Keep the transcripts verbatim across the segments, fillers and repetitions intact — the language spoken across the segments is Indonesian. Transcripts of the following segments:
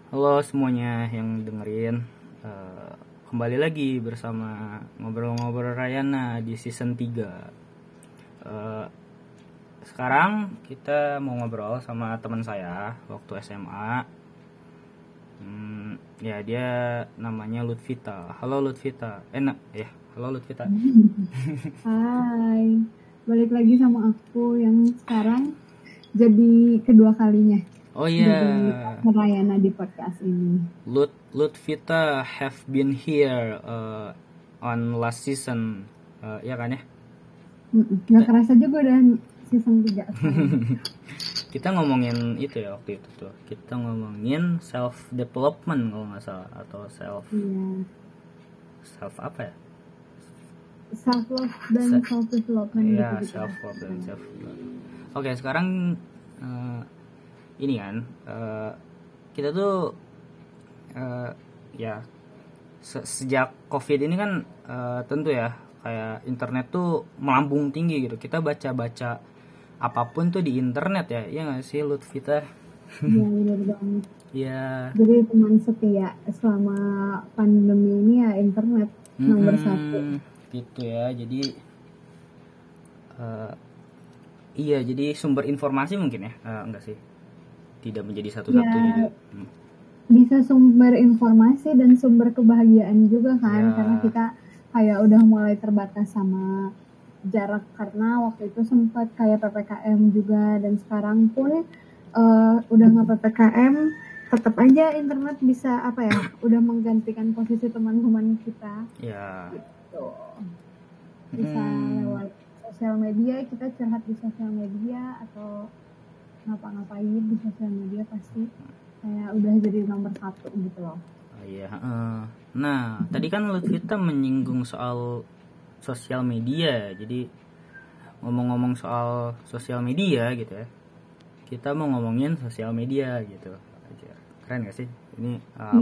Halo semuanya yang dengerin. Eh, Kembali lagi bersama Ngobrol-Ngobrol Rayana di season tiga. Eh, Sekarang kita mau ngobrol sama teman saya waktu S M A. Hmm, ya dia namanya Lutfita. Halo Lutfita. Enak ya. Halo Lutfita. Hai, balik lagi sama aku yang sekarang jadi kedua kalinya Oh jadi iya, Rayana di podcast ini. Lut Lutfita have been here uh, on last season. Uh, ya kan ya? Mm-mm. Gak Kita kerasa juga udah season tiga sekarang. kita ngomongin itu ya waktu itu tuh. Kita ngomongin self development kalau nggak salah, atau self Iya, self apa ya? self love dan Se- self development ya gitu-gitu self lah. love dan self. Oke, sekarang eh, ini kan eh, kita tuh eh, ya se- sejak COVID ini kan eh, tentu ya kayak internet tuh melambung tinggi gitu. Kita baca-baca apapun tuh di internet ya. Iya nggak sih Lutfita? Iya, bener banget. Ya. Jadi teman setia selama pandemi ini ya internet nomor Mm-mm, satu. gitu ya. Jadi eh, iya, jadi sumber informasi mungkin ya. Eh, enggak sih. Tidak menjadi satu-satunya Ya, juga. Hmm. bisa sumber informasi dan sumber kebahagiaan juga kan, Ya. karena kita kayak udah mulai terbatas sama jarak karena waktu itu sempat kayak P P K M juga, dan sekarang pun uh, udah nggak P P K M tetap aja internet bisa apa ya udah menggantikan posisi teman-teman kita Ya. gitu. Bisa Hmm. lewat sosial media, kita curhat di sosial media atau ngapa-ngapain di sosial media pasti kayak udah jadi nomor satu gitu loh. Oh, iya. eh. Nah, tadi kan Lutfita menyinggung soal sosial media. Jadi ngomong-ngomong soal sosial media gitu ya. Kita mau ngomongin sosial media gitu. Aja. Keren gak sih? Ini uh,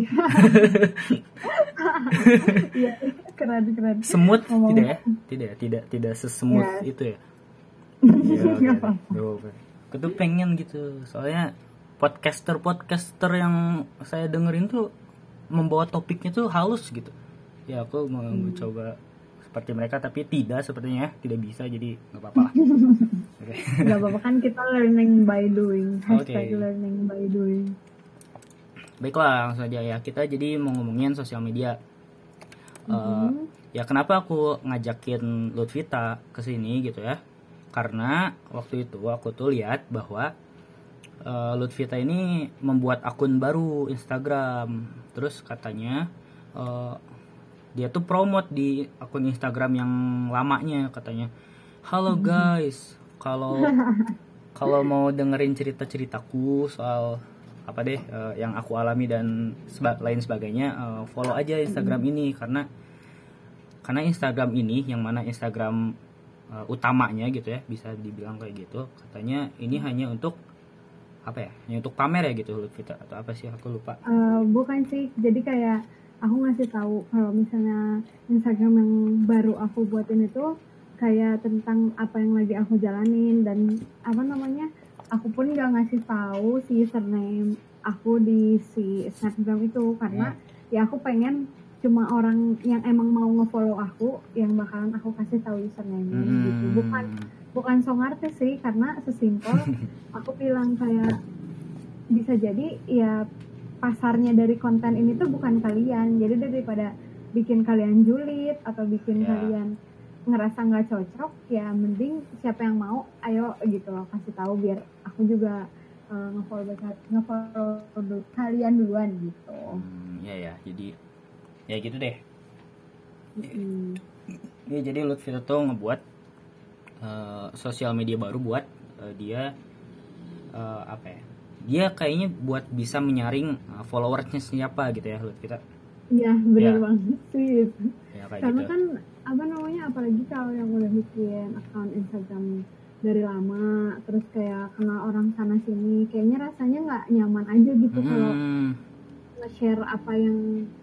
Iya, keren keren. semut Ngomong tidak ya? Tidak, tidak, tidak sesemut ya. itu ya. Iya, oke. Nggak apa-apa. Okay. Aku tuh pengen gitu. Soalnya podcaster-podcaster yang saya dengerin tuh membawa topiknya tuh halus gitu. Ya aku mau Hmm. coba seperti mereka, tapi tidak sepertinya tidak bisa, jadi nggak apa-apa lah. Okay. Nggak apa-apa kan, kita learning by doing. Hashtag Okay. learning by doing. Baiklah, langsung aja ya. Kita jadi mau ngomongin sosial media. Uh, Mm-hmm. Ya kenapa aku ngajakin Lutfita ke sini gitu ya? Karena waktu itu aku tuh lihat bahwa uh, Lutfita ini membuat akun baru Instagram. Terus katanya uh, dia tuh promote di akun Instagram yang lamanya, katanya, halo guys, kalau kalau mau dengerin cerita-ceritaku soal apa deh uh, yang aku alami dan seba- lain sebagainya, uh, follow aja Instagram ini. Karena karena Instagram ini yang mana Instagram uh, utamanya gitu ya, bisa dibilang kayak gitu. Katanya ini hanya untuk apa ya? Hanya untuk pamer ya gitu, Lutfita, atau apa sih, aku lupa. Uh, bukan sih, jadi kayak aku ngasih tahu kalau misalnya Instagram yang baru aku buatin itu kayak tentang apa yang lagi aku jalanin, dan apa namanya, aku pun gak ngasih tahu si username aku di si Snapgram itu karena ya, ya aku pengen cuma orang yang emang mau ngefollow aku yang bakalan aku kasih tahu username-nya. Hmm. Gitu. Bukan bukan so ngerti sih, karena sesimpel aku bilang kayak bisa jadi ya pasarnya dari konten ini tuh bukan kalian. Jadi daripada bikin kalian julid atau bikin yeah. kalian ngerasa nggak cocok, ya mending siapa yang mau ayo gitu loh, kasih tahu biar aku juga uh, ngefollow ngefollow kalian duluan gitu. Hmm, ya ya, jadi ya gitu deh. Mm-hmm. Ya, jadi Lutfita tuh ngebuat uh, sosial media baru buat uh, dia uh, apa ya? Dia kayaknya buat bisa menyaring uh, followersnya siapa gitu ya, Lutfita. Iya, benar ya. banget sih itu. Ya, karena gitu. Kan apa namanya, apalagi kalau yang udah bikin account Instagram dari lama, terus kayak kenal orang sana sini, kayaknya rasanya nggak nyaman aja gitu hmm. kalau nge-share apa yang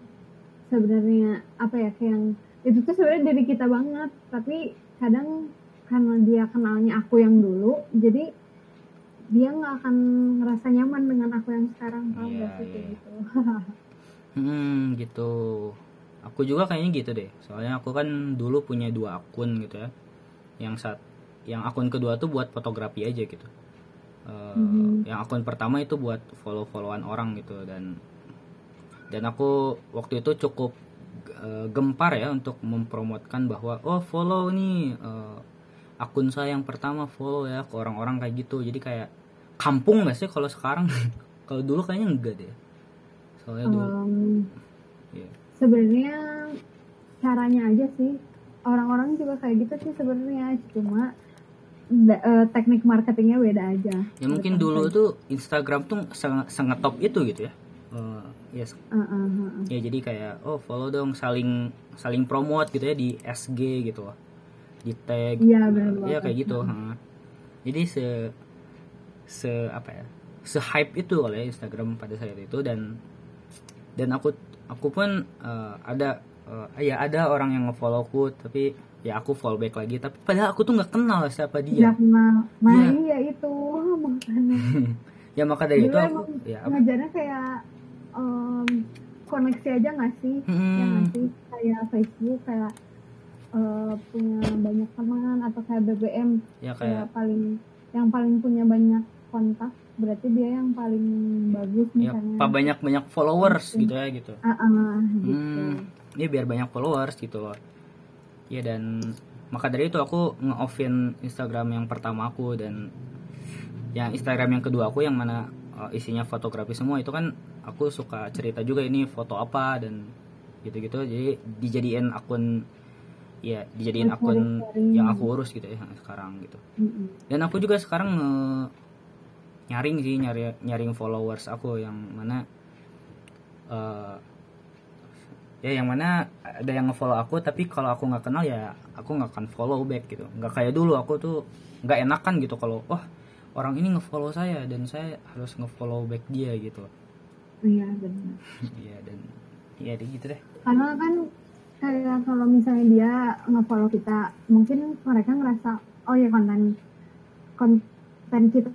sebenarnya apa ya, kayak yang itu tuh sebenarnya dari kita banget, tapi kadang karena dia kenalnya aku yang dulu, jadi dia nggak akan ngerasa nyaman dengan aku yang sekarang, tau Iya, gak sih kayak iya. gitu. Hmm, gitu. Aku juga kayaknya gitu deh. Soalnya aku kan dulu punya dua akun gitu ya. Yang saat yang akun kedua tuh buat fotografi aja gitu. Eh, Mhm. yang akun pertama itu buat follow-followan orang gitu, dan dan aku waktu itu cukup eh, gempar ya untuk mempromotkan bahwa oh follow nih eh, akun saya yang pertama, follow ya ke orang-orang kayak gitu. Jadi kayak kampung nggak sih kalau sekarang? Kalau dulu kayaknya enggak deh. Soalnya dulu Um, ya. Sebenarnya caranya aja sih, orang-orang juga kayak gitu sih sebenarnya, cuma da- eh, teknik marketingnya beda aja Ya menurut mungkin aku dulu kayak gitu. tuh Instagram tuh sangat sangat top itu gitu ya. Eh, ya Uh, uh, uh, uh. ya jadi kayak oh follow dong, saling saling promote gitu ya di S G gitu loh, di tag. Iya benar Eh, ya banget. kayak gitu. Uh, uh. ha. Jadi se se apa ya, se hype itu oleh Instagram pada saat itu. dan dan aku aku pun eh, ada eh, ya ada orang yang ngefollowku, tapi ya aku follow back lagi, tapi padahal aku tuh nggak kenal siapa dia. Nggak kenal. Nah Iya. iya itu makanya Ya maka dari dulu itu aku emang ya apa ngajarnya kayak em, koneksi aja nggak sih, ya nggak hmm, sih, kayak Facebook kayak eh, punya banyak teman, atau kayak B B M ya kayak kayak paling yang paling punya banyak kontak berarti dia yang paling bagus ya misalnya. apa banyak banyak followers gitu ya gitu. Ah, ah, gitu. Hmm, ya biar banyak followers gitu loh. Ya dan maka dari itu aku nge-offin Instagram yang pertama aku, dan yang Instagram yang kedua aku yang mana uh, isinya fotografi semua. Itu kan aku suka cerita juga ini foto apa dan gitu-gitu, jadi dijadiin akun, ya dijadiin Buat akun sharing-sharing. yang aku urus gitu ya sekarang gitu. Mm-mm. Dan aku juga sekarang nge- nyaring sih nyari nyaring followers aku yang mana uh, ya yang mana ada yang ngefollow aku, tapi kalau aku nggak kenal ya aku nggak akan follow back gitu. Nggak kayak dulu aku tuh nggak enakan gitu kalau wah orang ini ngefollow saya dan saya harus ngefollow back dia gitu. Iya benar. Iya dan iya deh gitu deh. Karena kan kayak kalau misalnya dia nge-follow kita, mungkin mereka ngerasa oh ya konten konten kita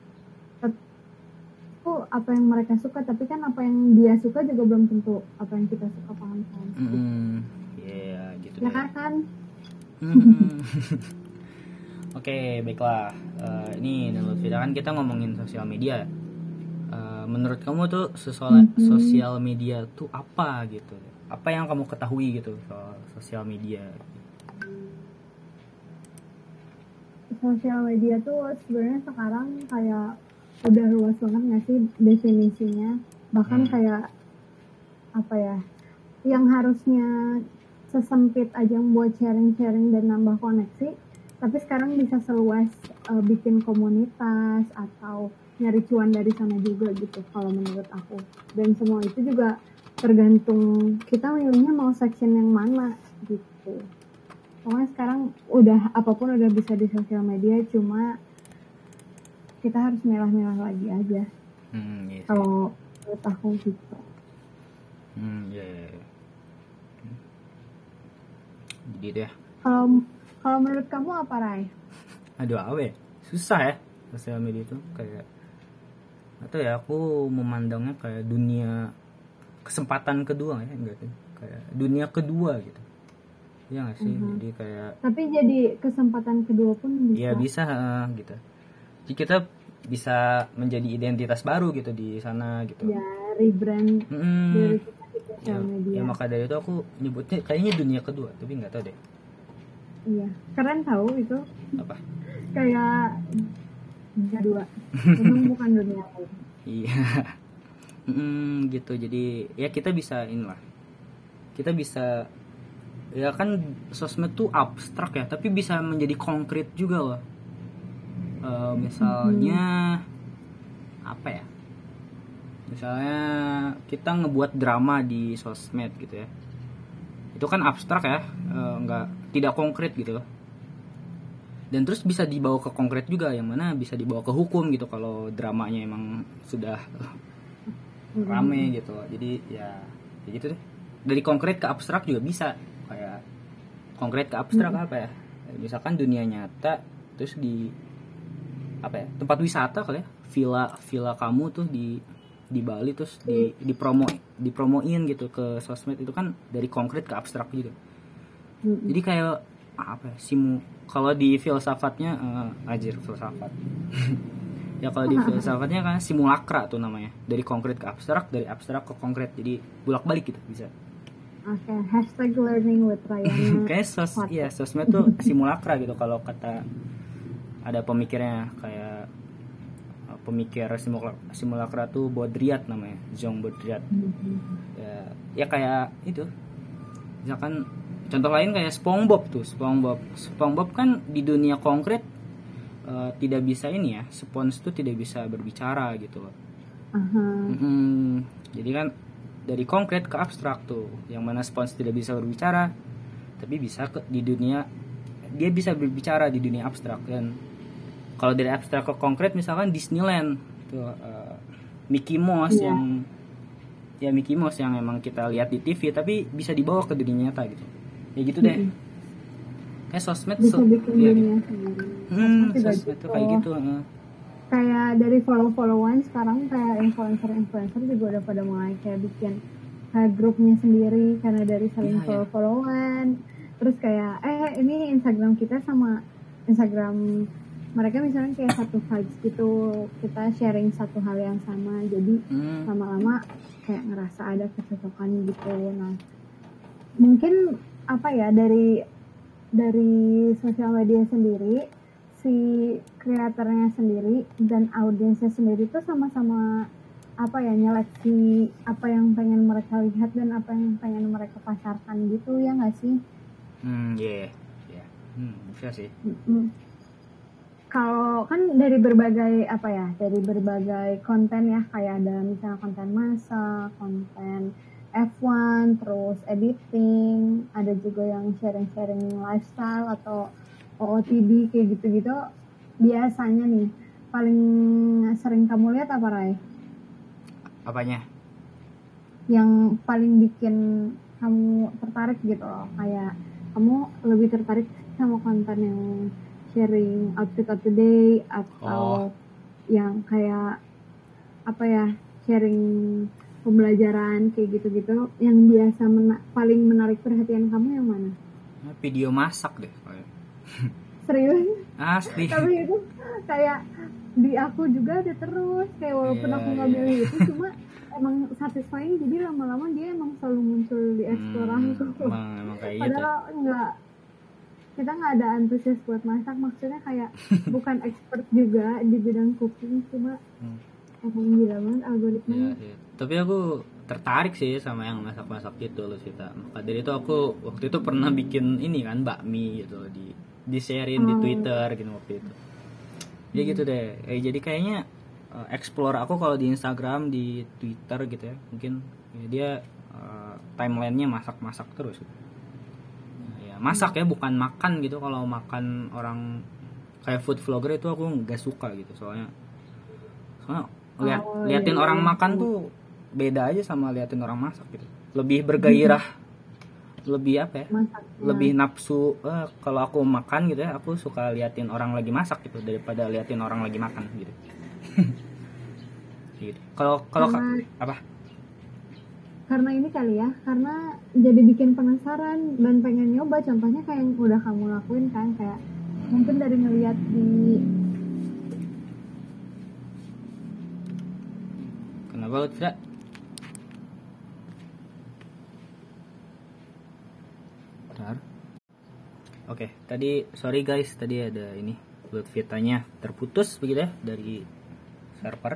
itu apa yang mereka suka, tapi kan apa yang dia suka juga belum tentu apa yang kita suka, paham kan? Hmm, ya gitu Ya deh. kan? Hmm. Oke, baiklah. Eh, ini menurut kita kan kita ngomongin sosial media. Eh, menurut kamu tuh sosial Mhm. sosial media tuh apa gitu? Apa yang kamu ketahui gitu soal sosial media? Sosial media tuh sebenarnya sekarang kayak udah luas banget nggak sih definisinya, bahkan Hmm. kayak apa ya, yang harusnya sesempit aja buat sharing-sharing dan nambah koneksi, tapi sekarang bisa seluas uh, bikin komunitas atau nyari cuan dari sana juga gitu kalau menurut aku. Dan semua itu juga tergantung kita milihnya mau section yang mana gitu. Pokoknya sekarang udah apapun udah bisa di sosial media, cuma kita harus milah-milah lagi aja. Hmm, iya sih. Kalau menurut aku gitu. Hmm, ya, ya, ya. Jadi deh. Kalau kalau menurut kamu apa, Rai? Aduh, apa ya? Susah ya sosial media itu kayak atau ya aku memandangnya kayak dunia kesempatan kedua ya enggak sih? Kayak dunia kedua gitu. Iya nggak sih? Mhm. Jadi kayak Tapi jadi kesempatan kedua pun bisa. ya bisa eh, gitu. Jadi kita bisa menjadi identitas baru gitu di sana gitu. Ya, rebrand Mm-mm. dari kita di Ya, sosial media. ya maka dari itu aku nyebutnya kayaknya dunia kedua, tapi nggak tahu deh Iya, keren tahu itu. apa. Kayak dunia dua. Untung bukan dunia lain. Iya. Mm, gitu. Jadi ya kita bisa inilah. Kita bisa ya kan sosmed tuh abstrak ya, tapi bisa menjadi konkret juga loh. Eh, misalnya apa ya? Misalnya kita ngebuat drama di sosmed gitu ya. Itu kan abstrak ya, eh, nggak tidak konkret gitu. Dan terus bisa dibawa ke konkret juga, yang mana bisa dibawa ke hukum gitu kalau dramanya emang sudah rame gitu. Jadi ya, ya gitu deh. Dari konkret ke abstrak juga bisa. Kayak konkret ke abstrak apa ya? Misalkan dunia nyata terus di apa ya, tempat wisata kali ya, villa villa kamu tuh di di Bali, terus di dipromo dipromoin gitu ke sosmed, itu kan dari konkret ke abstrak gitu. Mm-mm. Jadi kayak apa ya, simu kalau di filsafatnya uh, ajir filsafat ya kalau di filsafatnya kan simulakra tuh namanya, dari konkret ke abstrak, dari abstrak ke konkret, jadi bolak balik gitu bisa. Oke, okay. Hashtag learning with Rayana. Kayak sos ya sosmed tuh simulakra gitu kalau kata ada pemikirnya, kayak uh, pemikir simulakra, simulakra tuh Baudrillard namanya, Jean Baudrillard. Mm-hmm. ya, ya kayak itu misalkan contoh lain kayak SpongeBob tuh, SpongeBob SpongeBob kan di dunia konkret uh, tidak bisa ini ya, Spons tuh tidak bisa berbicara gitu loh. Uh-huh. Mm-hmm. Jadi kan dari konkret ke abstrak tuh, yang mana Spons tidak bisa berbicara tapi bisa ke, di dunia dia bisa berbicara di dunia abstrak. Dan kalau dari abstrak ke konkret misalkan Disneyland tuh, uh, Mickey Mouse yeah. yang ya Mickey Mouse yang emang kita lihat di T V tapi bisa dibawa ke dunia nyata gitu. Ya gitu deh. Mm-hmm. Kayak sosmed bisa so, bikin ya, dunia gitu. sendiri. Hmm, sosmed tuh kayak gitu. Uh. Kayak dari follow-followan sekarang kayak influencer-influencer juga udah pada mulai kayak bikin kayak grupnya sendiri karena dari saling ya, follow-followan. Terus kayak eh ini Instagram kita sama Instagram mereka misalnya kayak satu vibes gitu, kita sharing satu hal yang sama, jadi hmm. lama-lama kayak ngerasa ada kecocokan gitu. Nah mungkin apa ya, dari dari sosial media sendiri, si kreatornya sendiri dan audiensnya sendiri tuh sama-sama apa ya, nyeleksi apa yang pengen mereka lihat dan apa yang pengen mereka pasarkan gitu, ya nggak sih? Hmm, iya, yeah. yeah. hmm, bisa sih. Mm-hmm. Kalau kan dari berbagai apa ya, dari berbagai konten ya, kayak ada misalnya konten masak, konten F one, terus editing, ada juga yang sharing-sharing lifestyle atau O O T D kayak gitu-gitu. Biasanya nih paling sering kamu lihat apa, Ray? Apanya? Yang paling bikin kamu tertarik gitu loh, kayak kamu lebih tertarik sama konten yang sharing outfit of the day atau oh. yang kayak apa ya, sharing pembelajaran kayak gitu-gitu, yang biasa mena- paling menarik perhatian kamu yang mana? Video masak deh. Serius? Asli. Tapi itu kayak di aku juga ada terus, kayak walaupun yeah, aku nggak yeah. milih itu, cuma emang satisfying, jadi lama-lama dia emang selalu muncul di explore hmm, aku. Emang, emang kayak padahal gitu. Enggak, kita nggak ada antusias buat masak, maksudnya kayak bukan expert juga di bidang cooking, cuma hmm. emang gila banget algoritmanya. Yeah, yeah. Tapi aku tertarik sih sama yang masak-masak gitu loh, Sita. Maka dari itu aku waktu itu pernah bikin ini kan, bakmi gitu di di sharein oh. di Twitter gitu waktu itu. Ya hmm. gitu deh. Eh, jadi kayaknya uh, explore aku kalau di Instagram, di Twitter gitu ya, mungkin ya dia uh, timelinenya masak-masak terus. Ya masak ya, bukan makan gitu. Kalau makan orang kayak food vlogger itu aku nggak suka gitu, soalnya soalnya lihat oh, liatin iya, orang iya. makan tuh beda aja sama liatin orang masak gitu. Lebih bergairah, lebih apa ya? Masak, lebih ya. nafsu. Uh, kalau aku makan gitu ya, aku suka liatin orang lagi masak gitu daripada liatin orang lagi makan gitu. Gitu. Kalau kalau apa? Karena ini kali ya, karena jadi bikin penasaran dan pengen nyoba. Contohnya kayak yang udah kamu lakuin kan, kayak mungkin dari ngeliat di. Kenapa lu tidak? Oke, okay, tadi sorry guys, tadi ada ini Lutfitanya terputus begitu ya dari server.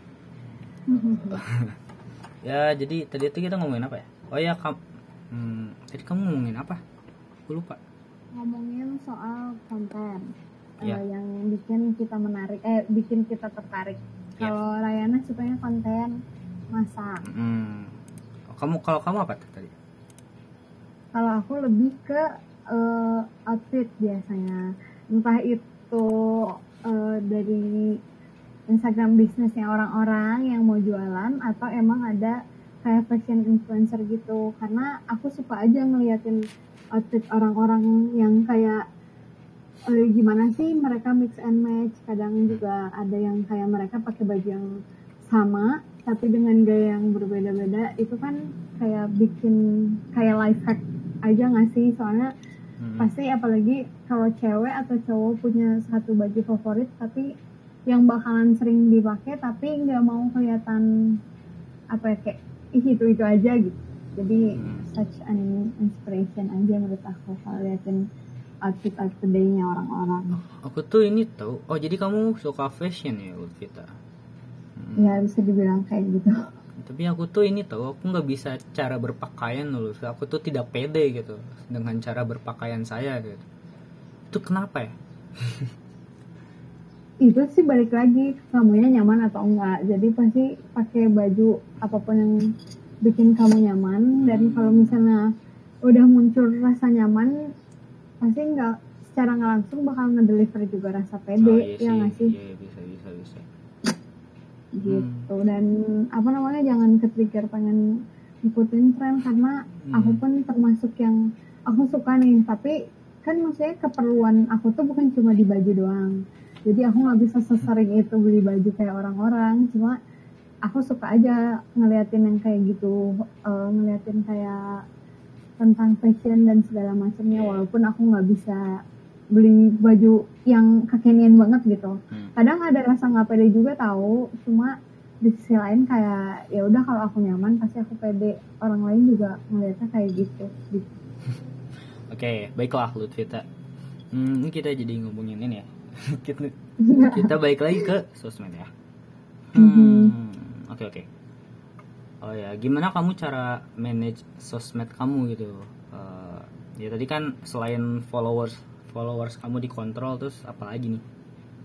Ya, jadi tadi itu kita ngomongin apa ya? Oh ya, kamu hmm, tadi kamu ngomongin apa? Aku lupa. Ngomongin soal konten ya. uh, yang bikin kita menarik, eh bikin kita tertarik. Ya. Kalau Rayana sukanya konten masak. Hmm. Oh, kamu kalau kamu apa tadi? Kalau aku lebih ke uh, outfit biasanya, entah itu uh, dari Instagram bisnisnya orang-orang yang mau jualan atau emang ada kayak fashion influencer gitu, karena aku suka aja ngeliatin outfit orang-orang yang kayak eh, gimana sih mereka mix and match. Kadang juga ada yang kayak mereka pakai baju yang sama tapi dengan gaya yang berbeda-beda. Itu kan kayak bikin kayak life hack aja nggak sih? Soalnya hmm. pasti apalagi kalau cewek atau cowok punya satu baju favorit tapi yang bakalan sering dipakai tapi nggak mau kelihatan apa ya, kayak ih itu itu aja gitu. Jadi hmm. such an inspiration aja menurut aku kalau liatin outfit outfit day-nya orang-orang. Aku tuh ini tahu. Oh jadi kamu suka fashion ya Lutfita? Hmm. Ya bisa dibilang kayak gitu. Tapi aku tuh ini tahu, aku nggak bisa cara berpakaian loh. Aku tuh tidak pede gitu dengan cara berpakaian saya gitu. Itu kenapa ya? Itu sih balik lagi kamunya nyaman atau enggak. Jadi pasti pakai baju apapun yang bikin kamu nyaman. Dan kalau misalnya udah muncul rasa nyaman, pasti nggak secara nggak langsung bakal ngedeliver juga rasa pede. Oh, iya ya nggak sih? Iya, iya bisa bisa bisa. Gitu. Hmm. Dan apa namanya, jangan ketrigger pengen ngikutin tren karena hmm. aku pun termasuk yang aku suka nih, tapi kan maksudnya keperluan aku tuh bukan cuma di baju doang. Jadi aku nggak bisa sesering itu beli baju kayak orang-orang. Cuma aku suka aja ngeliatin yang kayak gitu, uh, ngeliatin kayak tentang fashion dan segala macamnya. Walaupun aku nggak bisa beli baju yang kekinian banget gitu. Kadang ada rasa nggak pede juga tahu. Cuma di sisi lain kayak ya udah kalau aku nyaman pasti aku pede. Orang lain juga ngeliatnya kayak gitu. gitu. Oke, baiklah Lutfita. Hmm, kita jadi ngomongin ini ya. kita, kita balik lagi ke sosmed ya. Hmm, oke oke. Oh ya, gimana kamu cara manage sosmed kamu gitu? Uh, ya tadi kan selain followers followers kamu dikontrol, terus apa lagi nih?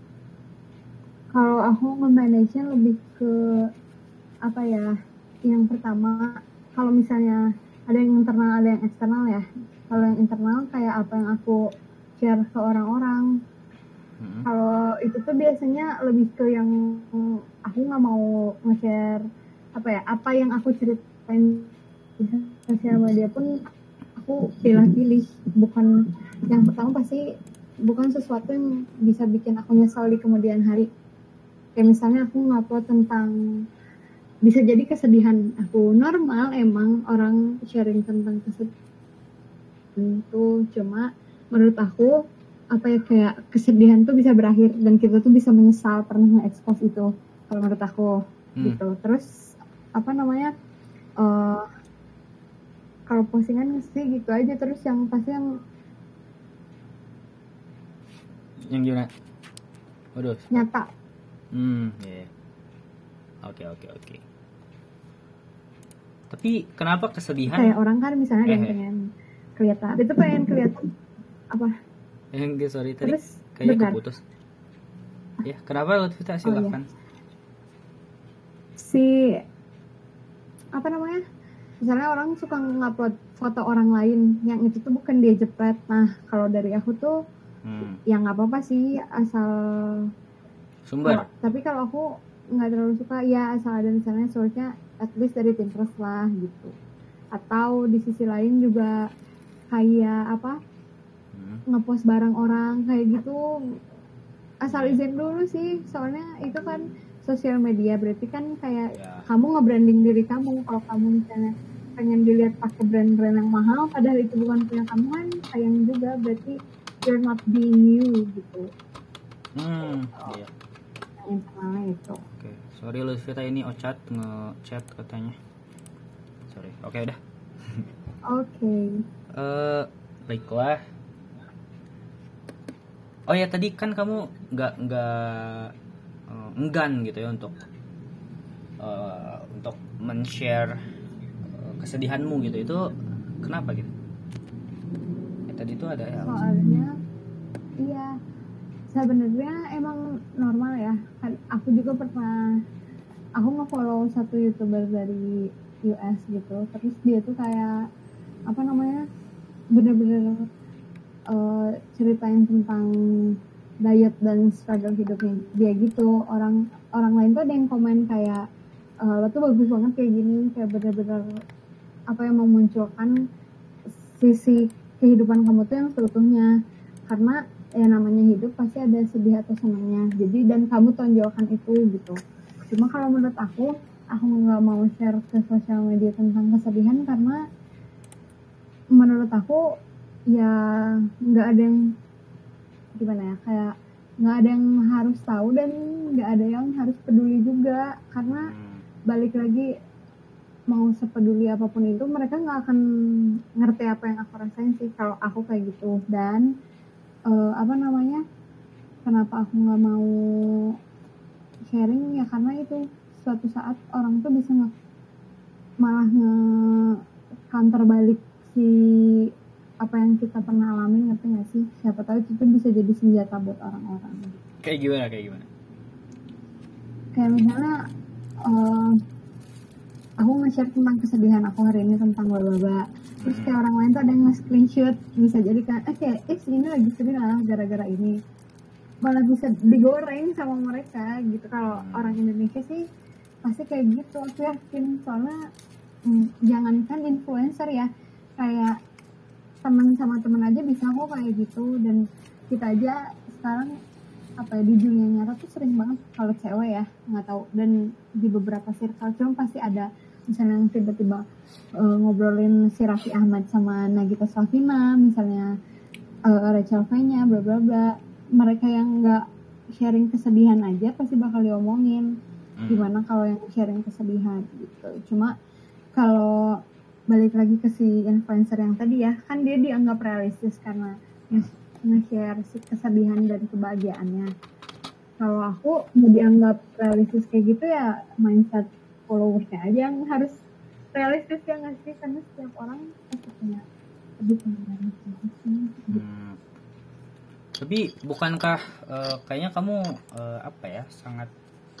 Kalau aku nge-manage-nya lebih ke apa ya? Yang pertama, kalau misalnya ada yang internal, ada yang eksternal ya. Kalau yang internal kayak apa yang aku share ke orang-orang. Hmm. Kalau itu tuh biasanya lebih ke yang aku nggak mau nge-share apa ya, apa yang aku ceritain di sosial media pun aku pilih-pilih. Bukan yang pertama pasti bukan sesuatu yang bisa bikin aku nyesal di kemudian hari. Kayak misalnya aku ngupload tentang, bisa jadi kesedihan aku, normal emang orang sharing tentang kesedihan itu, cuma menurut aku apa ya, kayak kesedihan tuh bisa berakhir dan kita tuh bisa menyesal pernah nge-expose itu kalau menurut aku. hmm. Gitu. Terus apa namanya, uh, kalau postingan sih gitu aja. Terus yang pasti yang yang gimana? Waduh. Nyata. Hmm, ya. Yeah. Oke oke oke. Tapi kenapa kesedihan? Kayak orang kan misalnya eh, yang pengen kelihatan, itu pengen kelihatan apa? Eh, sorry tadi kayaknya keputus. Ya, kenapa Lutfita silakan? Oh, iya. Si apa namanya? Misalnya orang suka ngupload foto orang lain yang itu tuh bukan dia jepret. Nah, kalau dari aku tuh hmm. ya nggak apa-apa sih asal sumber. Nah, tapi kalau aku nggak terlalu suka ya asal ada misalnya source-nya at least dari Pinterest lah gitu. Atau di sisi lain juga kayak apa? Hmm. Ngepost barang orang kayak gitu asal izin dulu sih, soalnya itu kan sosial media, berarti kan kayak yeah. kamu nge-branding diri kamu. Kalau kamu misalnya pengen dilihat pakai brand-brand yang mahal padahal itu bukan punya kamu kan sayang juga, berarti you're not being you gitu. Hmm, oh. Iya. Yang internalnya itu. Oke, okay. Sorry Lutfita, ini Ocat nge-chat katanya. Sorry. Oke okay, udah. Oke. Okay. Uh, baiklah. Oh ya, tadi kan kamu nggak nggak uh, enggan gitu ya untuk uh, untuk men-share uh, kesedihanmu gitu. Itu kenapa gitu? Ya, tadi itu ada ya. Soalnya iya, sebenarnya emang normal ya. Aku juga pernah, aku nge-follow satu YouTuber dari U S gitu. Terus dia tuh kayak apa namanya, bener-bener uh, ceritain tentang diet dan struggle hidupnya dia gitu. Orang orang lain tuh ada yang komen kayak uh, lo tuh bagus banget kayak gini, kayak bener-bener apa yang memunculkan sisi kehidupan kamu tuh yang seutuhnya. Karena ya namanya hidup pasti ada sedih atau senangnya, jadi dan kamu tonjolkan itu gitu. Cuma kalau menurut aku aku nggak mau share ke sosial media tentang kesedihan karena menurut aku ya nggak ada yang gimana ya, kayak nggak ada yang harus tahu dan nggak ada yang harus peduli juga, karena balik lagi mau sepeduli apapun itu mereka nggak akan ngerti apa yang aku rasain sih kalau aku kayak gitu. Dan uh, apa namanya kenapa aku nggak mau sharing ya karena itu suatu saat orang tuh bisa nge malah nge counter balik si apa yang kita pernah alami, ngerti nggak sih? Siapa tahu itu tuh bisa jadi senjata buat orang-orang. Kayak gimana kayak gimana? Kayak misalnya uh, aku nge-share tentang kesedihan aku hari ini tentang baba-baba, terus kayak orang lain tuh ada yang nge-screenshot, bisa jadi kan eh kayak eh ini lagi sedih lah gara-gara ini, malah bisa digoreng sama mereka gitu. Kalau hmm. orang Indonesia sih pasti kayak gitu, aku yakin. Soalnya hmm, jangankan influencer ya, kayak teman sama teman aja bisa kok kayak gitu. Dan kita aja sekarang apa ya, di dunia nyata tuh sering banget kalau cewek ya, nggak tahu, dan di beberapa circle cuma pasti ada misalnya yang tiba-tiba uh, ngobrolin si Raffi Ahmad sama Nagita Slavina, misalnya uh, Rachel V-nya bla bla bla. Mereka yang nggak sharing kesedihan aja pasti bakal diomongin. hmm. Gimana kalau yang sharing kesedihan gitu. Cuma kalau balik lagi ke si influencer yang tadi ya, kan dia dianggap realistis karena nge-share si kesedihan dan kebahagiaannya. Kalau aku mau dianggap realistis kayak gitu ya mindset followersnya aja yang harus realistis ya nggak sih, karena setiap orang pasti punya lebih pengen gitu. Hmm. Tapi bukankah uh, kayaknya kamu uh, apa ya sangat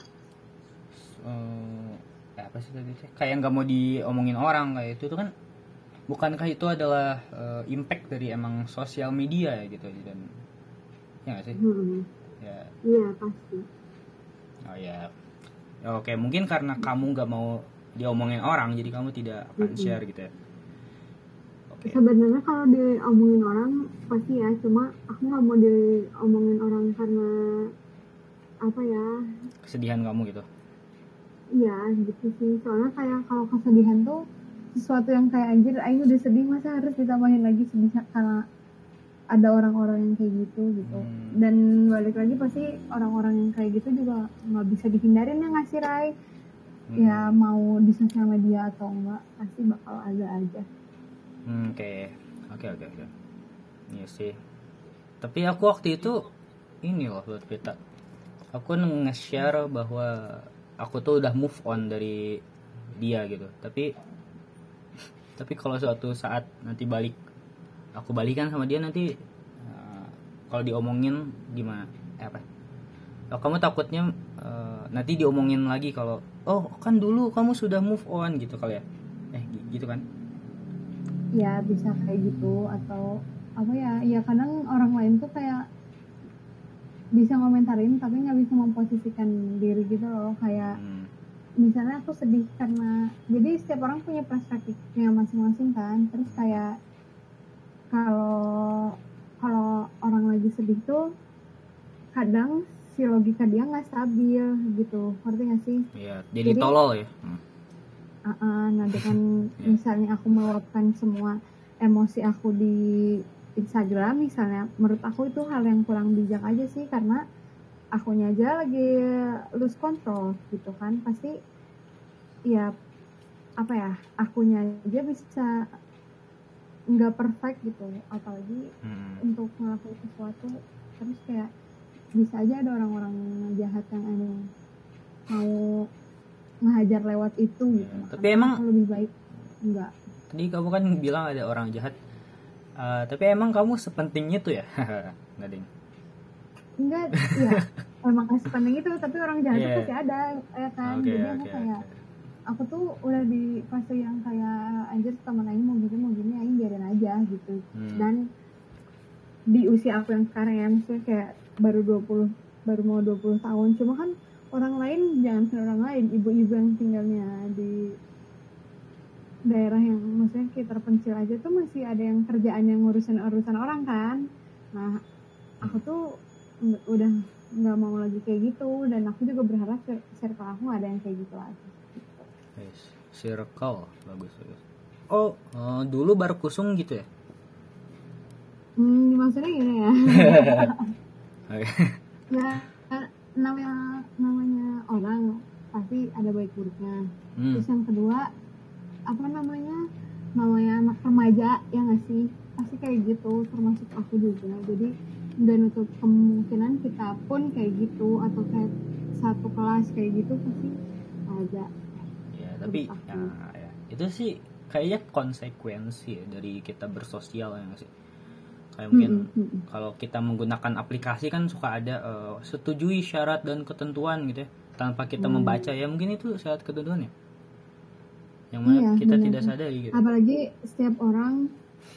uh, apa sih tadi kayak nggak mau diomongin orang kayak itu tuh kan, bukankah itu adalah uh, impact dari emang sosial media ya gitu, dan ya nggak sih? Hmm. Ya. Iya pasti. Oh ya. Oke, mungkin karena kamu nggak mau diomongin orang, jadi kamu tidak akan mm-hmm. share gitu ya. Okay. Sebenarnya kalau diomongin orang pasti ya, cuma aku nggak mau diomongin orang karena apa ya? Kesedihan kamu gitu. Iya gitu sih, soalnya kayak kalau kesedihan tuh sesuatu yang kayak anjir, aing udah sedih masa harus ditambahin lagi sedih karena ada orang-orang yang kayak gitu gitu. Hmm. Dan balik lagi pasti orang-orang yang kayak gitu juga nggak bisa dihindarin ya nggak sih Rai? Hmm. Ya mau di sosial media atau enggak pasti bakal ada aja. Hmm, oke oke oke oke. Iya sih. Tapi aku waktu itu ini loh buat kita, aku nge-share bahwa aku tuh udah move on dari dia gitu. Tapi tapi kalau suatu saat nanti balik aku balikan sama dia nanti uh, kalau diomongin gimana? Eh, apa? Oh, kamu takutnya uh, nanti diomongin lagi kalau oh kan dulu kamu sudah move on gitu kali ya? Eh gitu kan? Ya bisa kayak gitu, atau apa ya? Ya kadang orang lain tuh kayak bisa ngomentarin tapi nggak bisa memposisikan diri gitu loh, kayak hmm. misalnya aku sedih karena jadi setiap orang punya perspektifnya masing-masing kan. Terus kayak kalau kalau orang lagi sedih tuh kadang si logika dia nggak stabil gitu, ngerti nggak sih? Iya, jadi, jadi tolol ya. Hmm. Uh-uh, nah dengan yeah. misalnya aku meluapkan semua emosi aku di Instagram misalnya, menurut aku itu hal yang kurang bijak aja sih, karena akunya aja lagi lose control gitu kan. Pasti ya apa ya, akunya aja bisa nggak perfect gitu, apalagi hmm. untuk ngelakuin sesuatu. Terus kayak bisa aja ada orang-orang jahat yang ada mau ngehajar lewat itu gitu. Ya, tapi emang lebih baik enggak. Tadi kamu kan bilang ada orang jahat, uh, tapi emang kamu sepenting itu ya? Nggak ding? Enggak, ya emang sepenting itu, tapi orang jahat yeah. itu pasti ada ya kan. Okay, jadi okay, aku kayak okay. aku tuh udah di fase yang kayak anjir temen aing mau gini mau gini aing biarin aja gitu. hmm. Dan di usia aku yang sekarang ya, maksudnya kayak baru dua puluh, baru mau dua puluh tahun, cuma kan orang lain, jangan orang lain, ibu-ibu yang tinggalnya di daerah yang maksudnya kayak terpencil aja tuh masih ada yang kerjaan yang ngurusin urusan orang kan. Nah aku tuh ng- udah nggak mau lagi kayak gitu, dan aku juga berharap cir- circle aku nggak ada yang kayak gitu lagi. Yes. Circle bagus bagus. Oh, eh, dulu baru kusung gitu ya? Hmm, maksudnya gini ya. Oke. Ya namanya namanya orang pasti ada baik buruknya. Hmm. Terus yang kedua apa namanya namanya anak remaja ya nggak sih, pasti kayak gitu, termasuk aku juga. Jadi dan untuk kemungkinan kita pun kayak gitu atau kayak satu kelas kayak gitu pasti ada. Ya, tapi Menurut ya, aku. ya, itu sih kayaknya konsekuensi ya dari kita bersosial ya nggak sih? Kayak mungkin Mm-mm, mm-mm. kalau kita menggunakan aplikasi kan suka ada eh, setujui syarat dan ketentuan gitu ya, tanpa kita Hmm. membaca ya, mungkin itu syarat ketentuannya yang mana Iya, kita benar. tidak sadari gitu. Apalagi setiap orang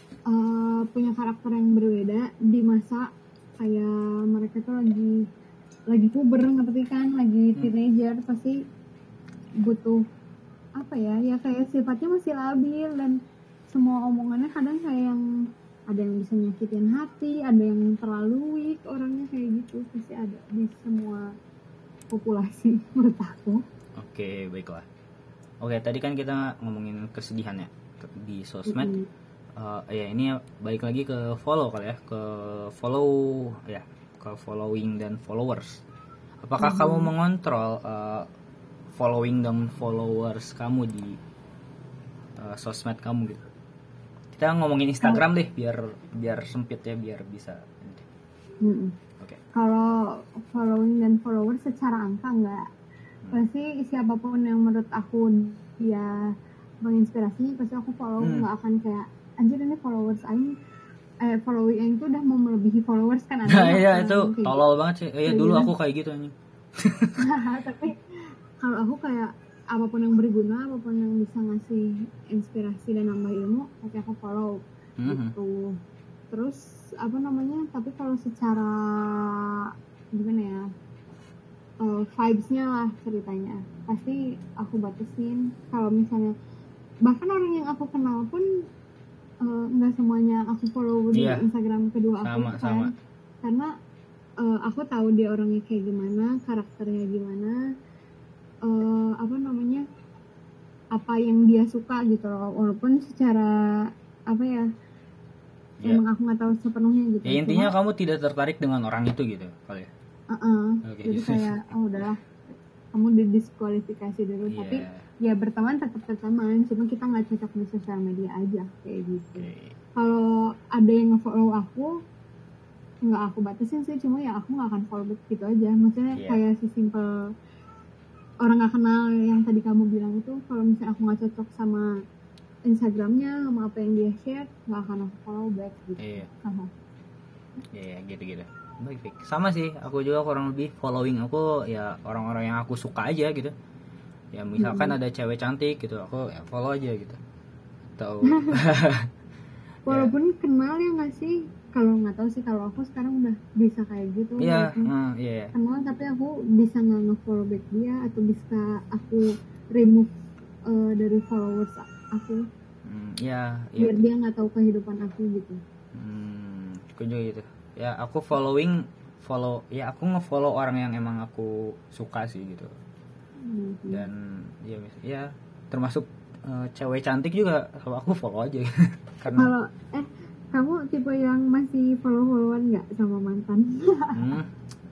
uh, punya karakter yang berbeda di masa kayak mereka tuh lagi lagi puber, ngerti kan, lagi Hmm. teenager, pasti butuh apa ya ya kayak sifatnya masih labil, dan semua omongannya kadang kayak yang ada yang bisa nyakitin hati, ada yang terlalu weak orangnya kayak gitu, pasti ada di semua populasi menurut aku. Oke, baiklah. Oke, tadi kan kita ngomongin kesedihan ya di sosmed. Mm-mm. Eh, ya ini balik lagi ke follow kali ya, ke follow ya, ke following dan followers. Apakah Mhm. kamu mengontrol eh, following dan followers kamu di eh, sosmed kamu gitu? Kita ngomongin Instagram deh, biar biar sempit ya, biar bisa. Mm-mm. Oke. Kalau following dan follower secara angka enggak, pasti siapapun yang menurut aku dia menginspirasi pasti aku follow. Hmm. Nggak akan kayak anjir ini followers aing eh following aing itu udah mau melebihi followers kan, ada Nah, yang iya orang itu kayak tolol banget sih. Iya Kayak dulu gitu. aku kayak gitu anjing. tapi kalau aku kayak apapun yang berguna, apapun yang bisa ngasih inspirasi dan nambah ilmu, pasti aku follow. Mhm. Gitu. Terus apa namanya, tapi kalau secara gimana ya, uh, vibes-nya lah ceritanya, pasti aku batasin. Kalau misalnya bahkan orang yang aku kenal pun uh, nggak semuanya aku follow di Iya. Instagram kedua aku Sama, kan, sama. karena uh, aku tahu dia orangnya kayak gimana, karakternya gimana, uh, apa namanya, apa yang dia suka gitu loh, walaupun secara apa ya, Ya. emang aku nggak tahu sepenuhnya gitu. Ya intinya Cuma, kamu tidak tertarik dengan orang itu gitu kali ya. uh-uh, Oke. jadi kayak oh udahlah, kamu didiskualifikasi dulu. Iya. Tapi ya berteman tetap berteman, cuma kita nggak cocok di sosial media aja kayak gitu. Oke. Kalau ada yang nge-follow aku, nggak aku batasin sih, cuma ya aku nggak akan follow back gitu aja. Maksudnya Iya. kayak sesimpel orang nggak kenal yang tadi kamu bilang itu, kalau misalnya aku nggak cocok sama Instagramnya, sama apa yang dia share, nggak akan aku follow back gitu. Iya. Sama. Ya, ya gitu-gitu. Baik-baik. Sama sih, aku juga kurang lebih following aku ya orang-orang yang aku suka aja gitu. Ya misalkan Mm-mm. ada cewek cantik gitu, aku ya follow aja gitu. Tahu. Walaupun kenal ya nggak sih, kalau nggak tahu sih, kalau aku sekarang udah bisa kayak gitu. Iya, Walaupun nah, iya. kenal tapi aku bisa nggak nge-follow back dia, atau bisa aku remove uh, dari followers aku, Hmm, ya, ya. biar dia nggak tahu kehidupan aku gitu. Hmm, aku juga gitu. Ya, aku following follow ya aku nge-follow orang yang emang aku suka sih gitu. Hmm. Dan ya ya termasuk eh, cewek cantik juga kalau aku follow aja karena Kalau eh kamu tipe yang masih follow-followan nggak sama mantan? hmm,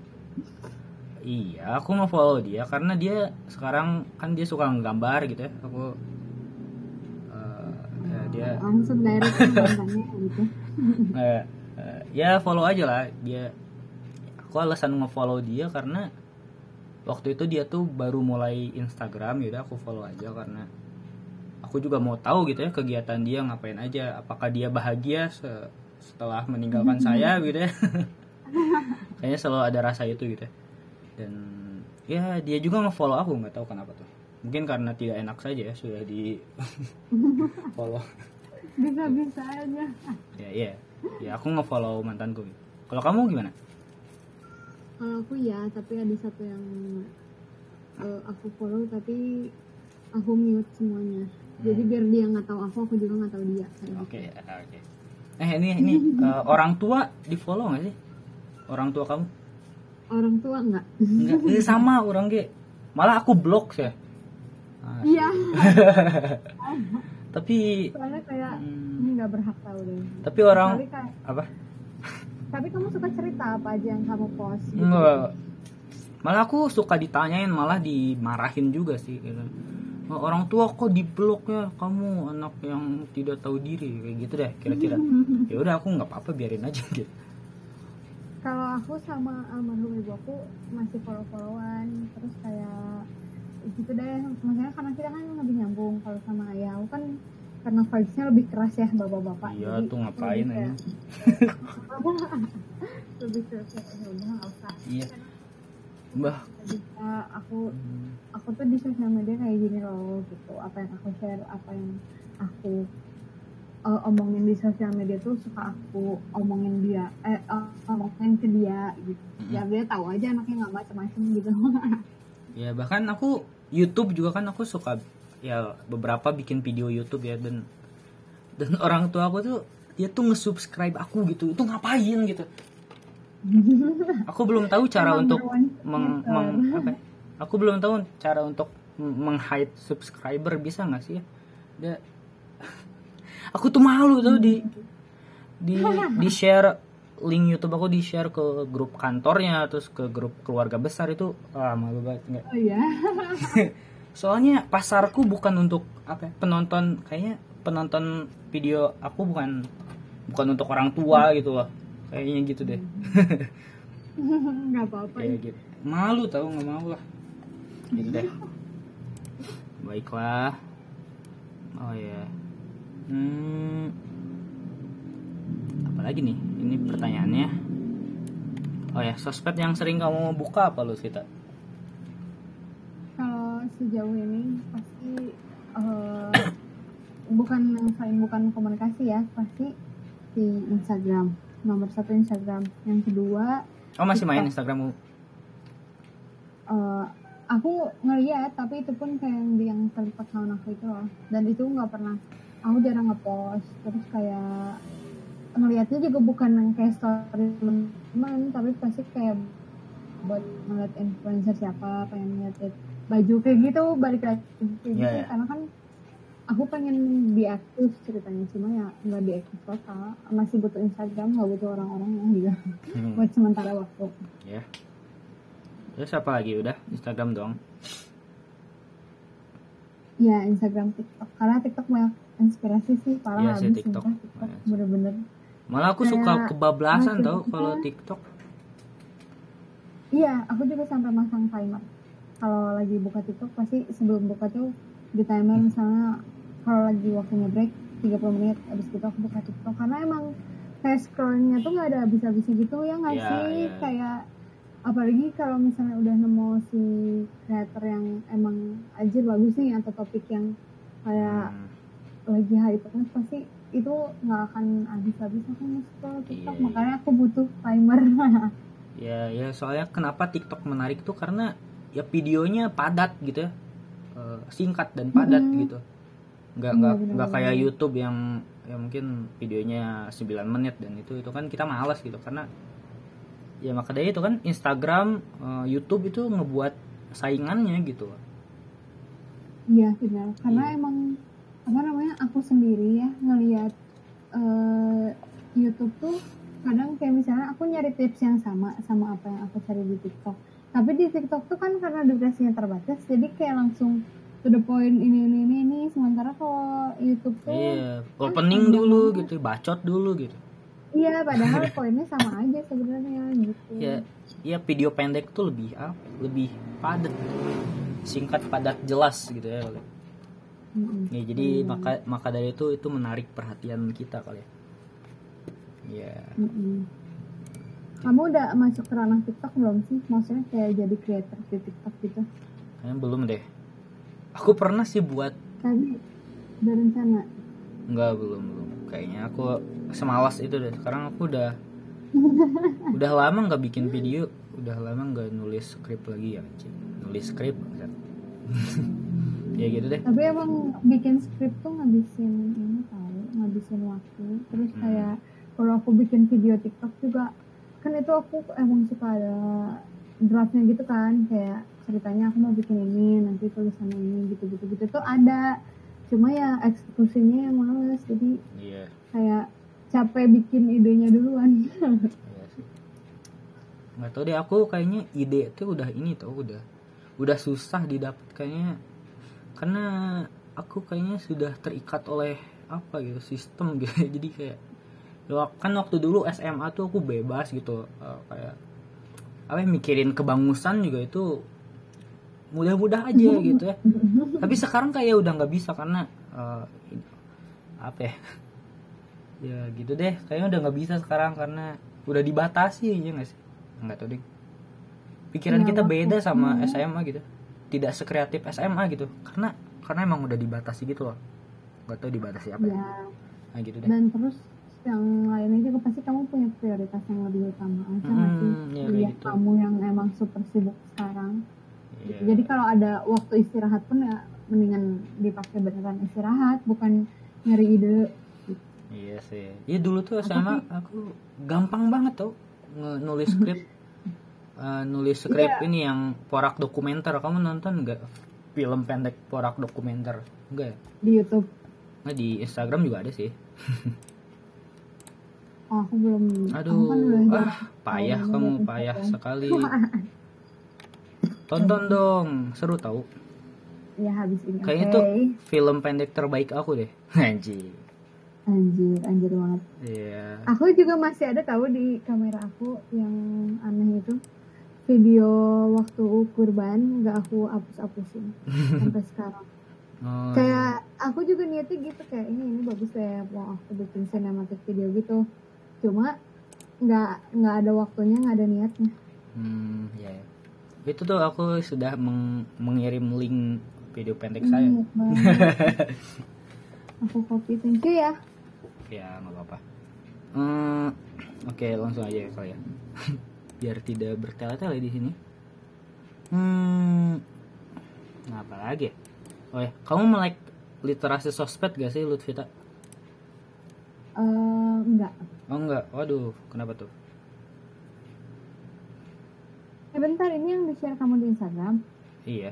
iya aku nge-follow dia karena dia sekarang kan dia suka nggambar gitu ya. Aku eh, ya, dia Langsung direct ke mantannya gitu. eh, eh, ya follow aja lah dia. Aku alasan nge-follow dia karena waktu itu dia tuh baru mulai Instagram, yaudah aku follow aja karena aku juga mau tahu gitu ya kegiatan dia ngapain aja, apakah dia bahagia se- setelah meninggalkan saya gitu ya. Kayaknya selalu ada rasa itu gitu ya. Dan ya dia juga nge-follow aku, nggak tahu kenapa tuh, mungkin karena tidak enak saja ya sudah di follow. Bisa-bisa aja. Ya iya ya aku nge-follow mantanku. Kalau kamu gimana? Kalau aku ya, tapi ada satu yang uh, aku follow tapi aku mute semuanya. Jadi biar dia nggak tahu aku, aku juga nggak tahu dia. Kayak Oke, oke. Eh ini ini eh, orang tua di follow nggak sih? gitu. orang tua kamu? Orang tua enggak. Enggak, eh, sama orang ge. Malah aku blok sih. Iya. Tapi soalnya kayak hmm, ini nggak berhak tahu deh. Tapi orang kayak, apa? Tapi kamu suka cerita apa aja yang kamu post? Gitu? Enggak. Malah aku suka ditanyain, malah dimarahin juga sih gitu. Orang tua kok diblok ya, kamu anak yang tidak tahu diri kayak gitu deh kira-kira. Ya udah aku nggak apa-apa, biarin aja gitu. Kalau aku sama almarhum ibu aku masih follow-followan, terus kayak gitu deh. Maksudnya karena kita kan lebih nyambung. Kalau sama ayah aku kan karena vibes-nya lebih keras ya bapak-bapak. Iya jadi, tuh ngapain ya? Lebih ke ya udah nggak usah. Iya. Mbah. Jadi uh, aku aku tuh di sosial media kayak gini loh gitu. Apa yang aku share, apa yang aku uh, omongin di sosial media tuh suka aku omongin dia, eh uh, omongin ke dia gitu. Mm-hmm. Ya dia tahu aja anaknya nggak macam-macam gitu. Ya bahkan aku YouTube juga kan aku suka ya beberapa bikin video YouTube ya, dan dan orang tua aku tuh dia tuh nge-subscribe aku gitu. Itu ngapain gitu? Aku belum tahu cara untuk meng, meng apa ya? Aku belum tahu cara untuk meng-hide subscriber, bisa nggak sih ya? Dia, aku tuh malu tuh di di di share link YouTube aku, di share ke grup kantornya, terus ke grup keluarga besar itu, ah malu banget nggak? Oh iya. Soalnya pasarku bukan untuk apa ya, penonton, kayaknya penonton video aku bukan bukan untuk orang tua gitu loh, kayaknya gitu deh. Nggak apa-apa. Kayak gitu. Malu tau, nggak mau lah. Gitu deh. Baiklah. Oh ya. Hmm. Apa lagi nih? Ini pertanyaannya. Oh ya, sosmed yang sering kamu buka apa lu, Sita? Kalau sejauh ini pasti uh, bukan yang selain bukan komunikasi ya, pasti di Instagram. Nomor satu Instagram. Yang kedua, oh masih TikTok. Main Instagram? Uh, aku ngeliat, tapi itu pun kayak yang di yang terlibat tahun aku itu loh. Dan itu nggak pernah, aku jarang ngepost. Terus kayak ngeliatnya juga bukan yang kayak story teman, tapi pasti kayak buat ngeliat influencer siapa, pengen ngeliat baju kayak gitu, balik lagi kayak gitu. Yeah, yeah. Karena kan aku pengen diaktif ceritanya, cuma ya nggak diaktif total. Masih butuh Instagram, nggak butuh orang-orang yang juga hmm. buat sementara waktu. Ya. Yeah. Terus apa lagi? Udah Instagram dong. Ya Instagram, TikTok. Karena TikTok banyak inspirasi sih, parah yeah, habis TikTok. TikTok bener-bener. Malah aku kayak suka kebablasan tau kalau TikTok. Iya, aku juga sampai masang timer. Kalau lagi buka TikTok pasti sebelum buka tuh di timer, misalnya kalau lagi waktunya break tiga puluh menit, habis itu aku buka TikTok. Karena emang kayak scrollnya tuh nggak ada habis-habisnya gitu ya nggak yeah, sih? Yeah. Kayak apalagi kalau misalnya udah nemu si creator yang emang aja bagus nih, atau topik yang kayak hmm. lagi hype banget, pasti itu nggak akan habis-habis aku nge-scroll TikTok. Yeah, makanya aku butuh timer. Ya, ya soalnya kenapa TikTok menarik tuh karena ya videonya padat gitu ya, uh, singkat dan padat mm-hmm. gitu. Nggak nggak yeah, nggak kayak YouTube yang ya mungkin videonya sembilan menit, dan itu itu kan kita malas gitu, karena ya maka dari itu kan Instagram, uh, YouTube itu ngebuat saingannya gitu. Iya benar, karena yeah. emang apa namanya, aku sendiri ya ngelihat uh, YouTube tuh kadang kayak misalnya aku nyari tips yang sama sama apa yang aku cari di TikTok, tapi di TikTok tuh kan karena durasinya terbatas, jadi kayak langsung to the point, ini ini ini, ini. Sementara kalau YouTube tuh iya, opening kan dulu banget gitu, bacot dulu gitu. Iya, padahal poinnya sama aja sebenarnya gitu. Ya, ya video pendek tuh lebih apa? Lebih padat, singkat, padat, jelas gitu ya. Mm-hmm. Ya, jadi mm-hmm. maka maka dari itu itu menarik perhatian kita kali ya. Ya. Mm-hmm. Kamu udah masuk ke ranah TikTok belum sih? Maksudnya kayak jadi creator di TikTok gitu? Kayaknya belum deh. Aku pernah sih buat. Tadi ada rencana? Enggak, belum belum. Kayaknya aku semalas itu deh. Sekarang aku udah udah lama nggak bikin video, udah lama nggak nulis skrip lagi ya, nulis skrip. Ya gitu deh. Tapi emang bikin skrip tuh ngabisin ini tahu, ngabisin waktu. Terus kayak hmm. kalau aku bikin video TikTok juga kan itu aku emang suka ada draftnya gitu kan, kayak ceritanya aku mau bikin ini, nanti tulisannya ini, gitu-gitu gitu tuh ada. Cuma ya eksekusinya yang males, jadi Iya. kayak capek bikin idenya duluan. Iya sih. Nggak tahu deh, aku kayaknya ide tuh udah ini tuh udah udah susah didapat kayaknya, karena aku kayaknya sudah terikat oleh apa gitu sistem gitu. Jadi kayak ya, kan waktu dulu S M A tuh aku bebas gitu, uh, kayak apa ya, mikirin kebangusan juga itu mudah-mudah aja gitu ya. Tapi sekarang kayak udah nggak bisa karena uh, apa ya ya gitu deh, kayaknya udah nggak bisa sekarang karena udah dibatasi aja nggak sih, nggak tahu deh, pikiran Ya, kita waktu beda sama itu. S M A gitu, tidak sekreatif S M A gitu, karena karena emang udah dibatasi gitu loh, nggak tahu dibatasi apa ya, Ya, nah gitu deh. dan terus yang lainnya juga pasti kamu punya prioritas yang lebih utama aja nggak sih? Hmm, ya kayak Lihat gitu. kamu yang emang super sibuk sekarang. Iya. Jadi kalau ada waktu istirahat pun ya mendingan dipakai beneran istirahat, bukan nyari ide. Iya sih. Iya dulu tuh sama aku gampang banget tau nge- nulis skrip. Uh, nulis skrip Iya. ini yang porak dokumenter. Kamu nonton nggak film pendek porak dokumenter? Enggak ya? Di YouTube. Nah, di Instagram juga ada sih. Oh, aku belum. Aduh, aku kan udah ah, jarang payah tahu kamu, lihat payah Instagram. sekali. Tonton dong, seru tau. Ya habis ini. Kayaknya Oke. tuh film pendek terbaik aku deh. Anjir. Anjir, anjir banget. Iya. Aku juga masih ada tahu di kamera aku yang aneh itu, video waktu kurban nggak aku hapus-hapusin sampai sekarang. Oh, Kayak aku juga niatnya gitu, kayak ini ini bagus deh mau aku bikin cinematic video gitu. Cuma nggak nggak ada waktunya, nggak ada niatnya. Hmm, ya, ya. Itu tuh aku sudah meng- mengirim link video pendek saya. Niat banget. Aku copy, thank you ya. Ya nggak apa-apa. Hmm, Oke, langsung aja ya kali ya. Biar tidak bertele-tele di sini. Hmm, nah, apa lagi? Oh ya, kamu melek literasi sosmed gak sih, Lutfita? Eh, enggak. Oh enggak, waduh, kenapa tuh? Eh bentar, ini yang di-share kamu di Instagram. Iya.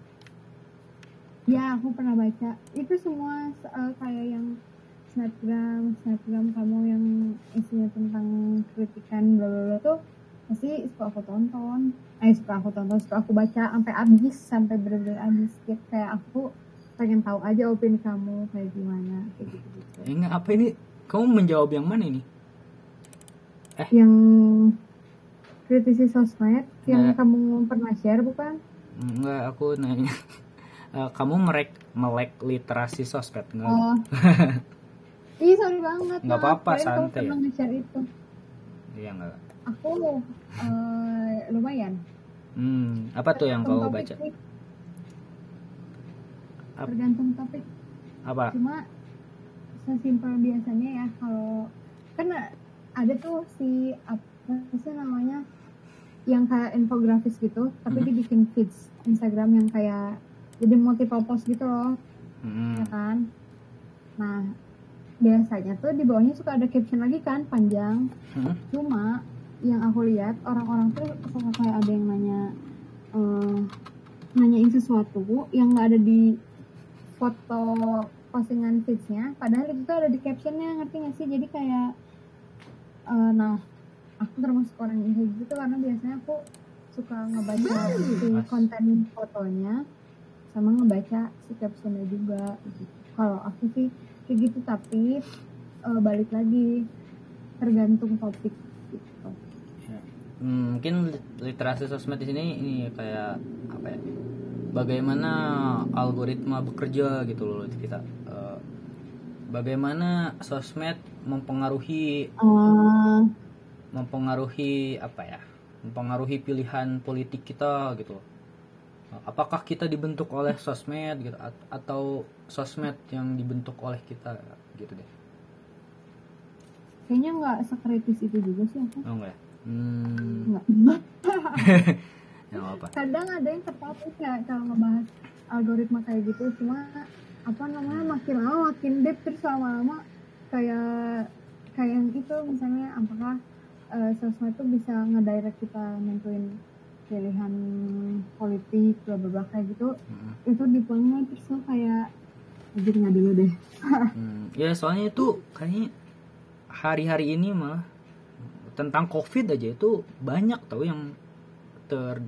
Ya, aku pernah baca. Itu semua uh, kayak yang snapgram, snapgram kamu yang isinya tentang kritikan bla bla bla tuh pasti suka aku tonton. Eh suka aku tonton, suka aku baca sampai habis, sampai benar-benar habis. Gitu. Kayak aku pengen tahu aja opini kamu kayak gimana, kayak gitu-gitu. Eh, enggak, apa ini? Kamu menjawab yang mana ini? Eh. Yang kritisi sosmed yang Nggak. kamu pernah share bukan? Enggak, aku nanya. Uh, kamu merek melek literasi sosmed enggak? Oh. Ih, sorry banget. Nggak apa-apa, Kirain santai kamu ya. pernah nge-share itu. Iya enggak. Aku uh, lumayan. Hmm, apa tuh yang Tergantung kau topik baca? sih. Ap- Tergantung topik. Apa? Cuma sesimpel biasanya ya, kalau kan ada tuh si apa sih namanya yang kayak infografis gitu, tapi Mhm. dibikin feeds Instagram yang kayak jadi multiple post gitu loh, Hmm. ya kan? Nah biasanya tuh di bawahnya suka ada caption lagi kan, panjang. Hmm? Cuma yang aku lihat orang-orang tuh suka kayak ada yang nanya uh, nanyain sesuatu yang nggak ada di foto postingan feedsnya, padahal itu tuh ada di captionnya, ngerti nggak sih? Jadi kayak uh, nah aku termasuk orang yang kayak gitu karena biasanya aku suka ngebaca si konten fotonya sama ngebaca si captionnya juga gitu. Kalau aku sih kayak gitu, tapi uh, balik lagi tergantung topik gitu. Ya. Hmm, mungkin literasi sosmed di sini ini kayak apa ya? Bagaimana algoritma bekerja gitu loh kita. Uh, bagaimana sosmed mempengaruhi Uh, mempengaruhi apa ya? Mempengaruhi pilihan politik kita gitu loh. Apakah kita dibentuk oleh sosmed gitu atau sosmed yang dibentuk oleh kita gitu deh. kayaknya nggak sekritis itu juga sih aku. Oh enggak. Hmm. Nggak. Ya apa? Kadang ada yang tertarik ya kalau ngebahas algoritma kayak gitu, cuma apa namanya makin lama makin deep, terus lama-lama kayak kayak yang itu misalnya apakah uh, sosmed tuh bisa ngedirect kita nentuin pilihan politik bla bla bla kayak gitu. Hmm. Itu di banget terus lo kayak anjir nggak dulu deh. hmm. Ya soalnya itu kayaknya hari-hari ini malah tentang COVID aja itu banyak tau yang ter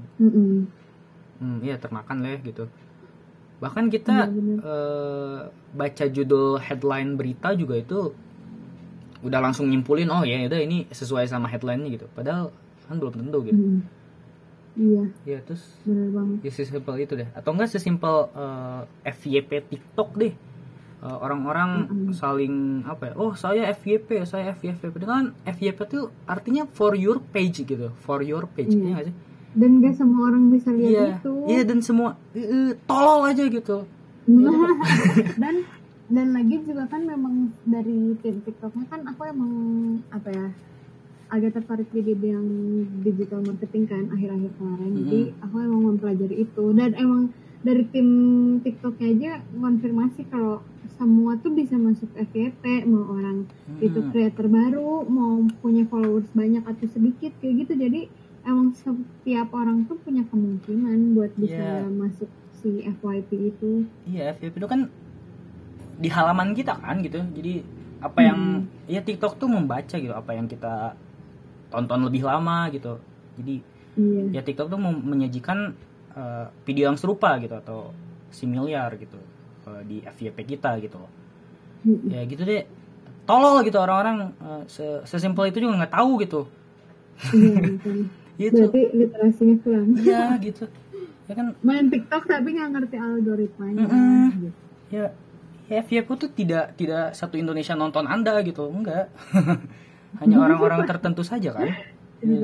hmm, ya termakan lah gitu. Bahkan kita uh, baca judul headline berita juga itu udah langsung nyimpulin oh ya udah ini sesuai sama headline-nya gitu. Padahal kan belum tentu gitu. Mm. Iya. Ya terus bener banget. Ya sesimpel itu deh. Atau enggak sesimpel uh, F Y P TikTok deh. Uh, orang-orang mm-hmm. saling apa ya? Oh, saya F Y P, saya F Y P. Padahal F Y P itu artinya for your page gitu. For your page iya. Ya enggak sih? Dan gak semua orang bisa lihat iya, itu. Iya, dan semua uh, tolol aja gitu. dan dan lagi juga kan memang dari tim TikToknya kan aku emang apa ya agak tertarik di bidang digital marketing kan akhir-akhir kemarin. Mm-hmm. Jadi aku emang mempelajari itu dan emang dari tim TikToknya aja konfirmasi kalau semua tuh bisa masuk F Y P, mau orang mm-hmm. itu creator baru, mau punya followers banyak atau sedikit kayak gitu. Jadi emang setiap orang tuh punya kemungkinan buat bisa yeah. masuk si F Y P itu. Iya, F Y P itu kan di halaman kita kan gitu. Jadi apa yang hmm. ya TikTok tuh membaca gitu apa yang kita tonton lebih lama gitu. Jadi yeah. ya TikTok tuh menyajikan uh, video yang serupa gitu atau similar gitu uh, di F Y P kita gitu. Hmm. Ya gitu deh. Tolol gitu orang-orang uh, sesimpel itu juga nggak tahu gitu. Iya, gitu. Berarti literasinya kurang. Iya gitu. Ya kan main TikTok tapi nggak ngerti algoritmanya. Mm-hmm. Gitu. Ya, ya F Y P tuh tidak tidak satu Indonesia nonton Anda gitu, enggak. Hanya orang-orang tertentu saja kan. Gitu.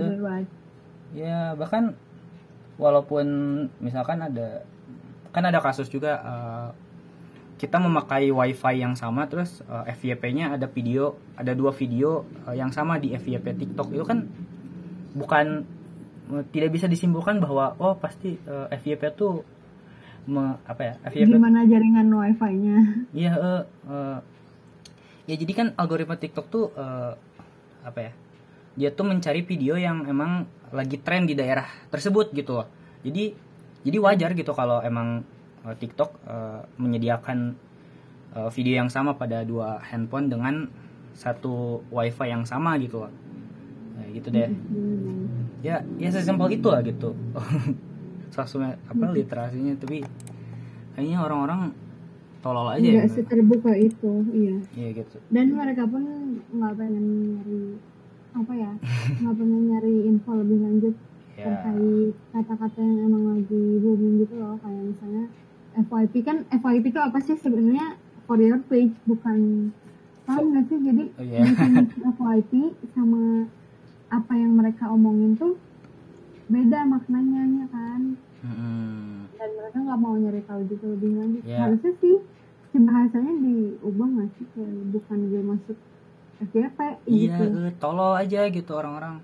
Ya bahkan walaupun misalkan ada kan ada kasus juga uh, kita memakai wifi yang sama terus uh, F Y P-nya ada video ada dua video uh, yang sama di F Y P TikTok itu kan bukan tidak bisa disimpulkan bahwa oh pasti uh, F Y P tuh me, apa ya F Y P gimana jaringan wifi-nya. Iya uh, uh, ya jadi kan algoritma TikTok tuh uh, apa ya dia tuh mencari video yang emang lagi tren di daerah tersebut gitu loh. Jadi jadi wajar gitu kalau emang uh, TikTok uh, menyediakan uh, video yang sama pada dua handphone dengan satu wifi yang sama gitu loh. Nah, gitu deh. Mm-hmm. Ya, ya sesimpel itu lah gitu. Sosmed apa literasinya tapi kayaknya orang-orang tolol aja nggak ya. Seterbuka itu, iya. Iya gitu. Dan mereka pun nggak pengen nyari apa ya, nggak pengen nyari info lebih lanjut yeah. terkait kata-kata yang emang lagi booming gitu loh, kayak misalnya F Y P kan F Y P itu apa sih sebenarnya for your page bukan paham nggak sih? Jadi oh, yeah. F Y P sama apa yang mereka omongin tuh beda maknanya ya kan. Hmm. Dan mereka nggak mau nyari tahu juga lebih lanjut. Yeah. Harusnya sih si bahasanya diubah nggak sih, kayak bukan gue masuk F Y P gitu. Iya, uh, tolol aja gitu orang-orang.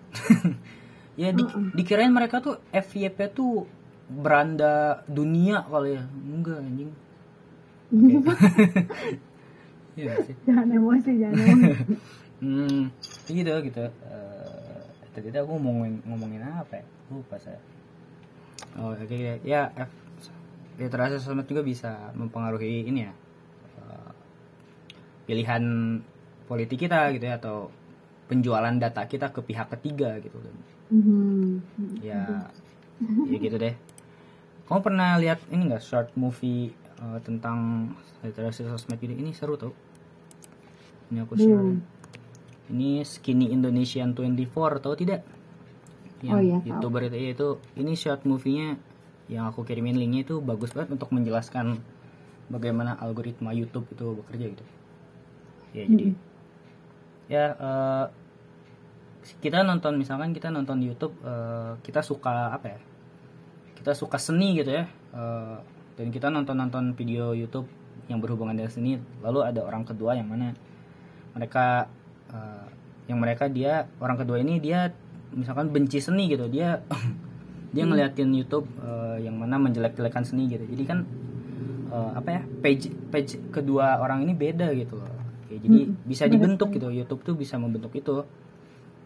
Ya di, uh-uh. dikirain mereka tuh F Y P tuh beranda dunia kali ya. Enggak anjing. Okay. Iya sih. Jangan emosi, jangan emosi. hmm, gitu gitu. Uh, tadi aku ngomongin ngomongin apa ya? Lupa saya. Oh, oke okay. Ya, F, literasi sosmed juga bisa mempengaruhi ini ya. Uh, pilihan politik kita gitu ya atau penjualan data kita ke pihak ketiga gitu kan. Mm-hmm. Ya, ya gitu deh. Kamu pernah lihat ini nggak short movie uh, tentang literasi sosmed ini? Ini seru tau. Ini aku share. Mm. Ini Skinny Indonesian dua puluh empat tahu tidak? Yang oh, iya, YouTuber itu, itu ini short movie-nya yang aku kirimin linknya itu bagus banget untuk menjelaskan bagaimana algoritma YouTube itu bekerja gitu. Ya mm-hmm. jadi ya uh, kita nonton misalkan kita nonton YouTube uh, kita suka apa ya? Kita suka seni gitu ya. Uh, dan kita nonton-nonton video YouTube yang berhubungan dengan seni, lalu ada orang kedua yang mana mereka uh, yang mereka dia orang kedua ini dia misalkan benci seni gitu, dia dia ngeliatin YouTube uh, yang mana menjelek-jelekan seni gitu. Jadi kan uh, apa ya page page kedua orang ini beda gitu loh. Oke, jadi hmm, bisa dibentuk gitu, YouTube tuh bisa membentuk itu.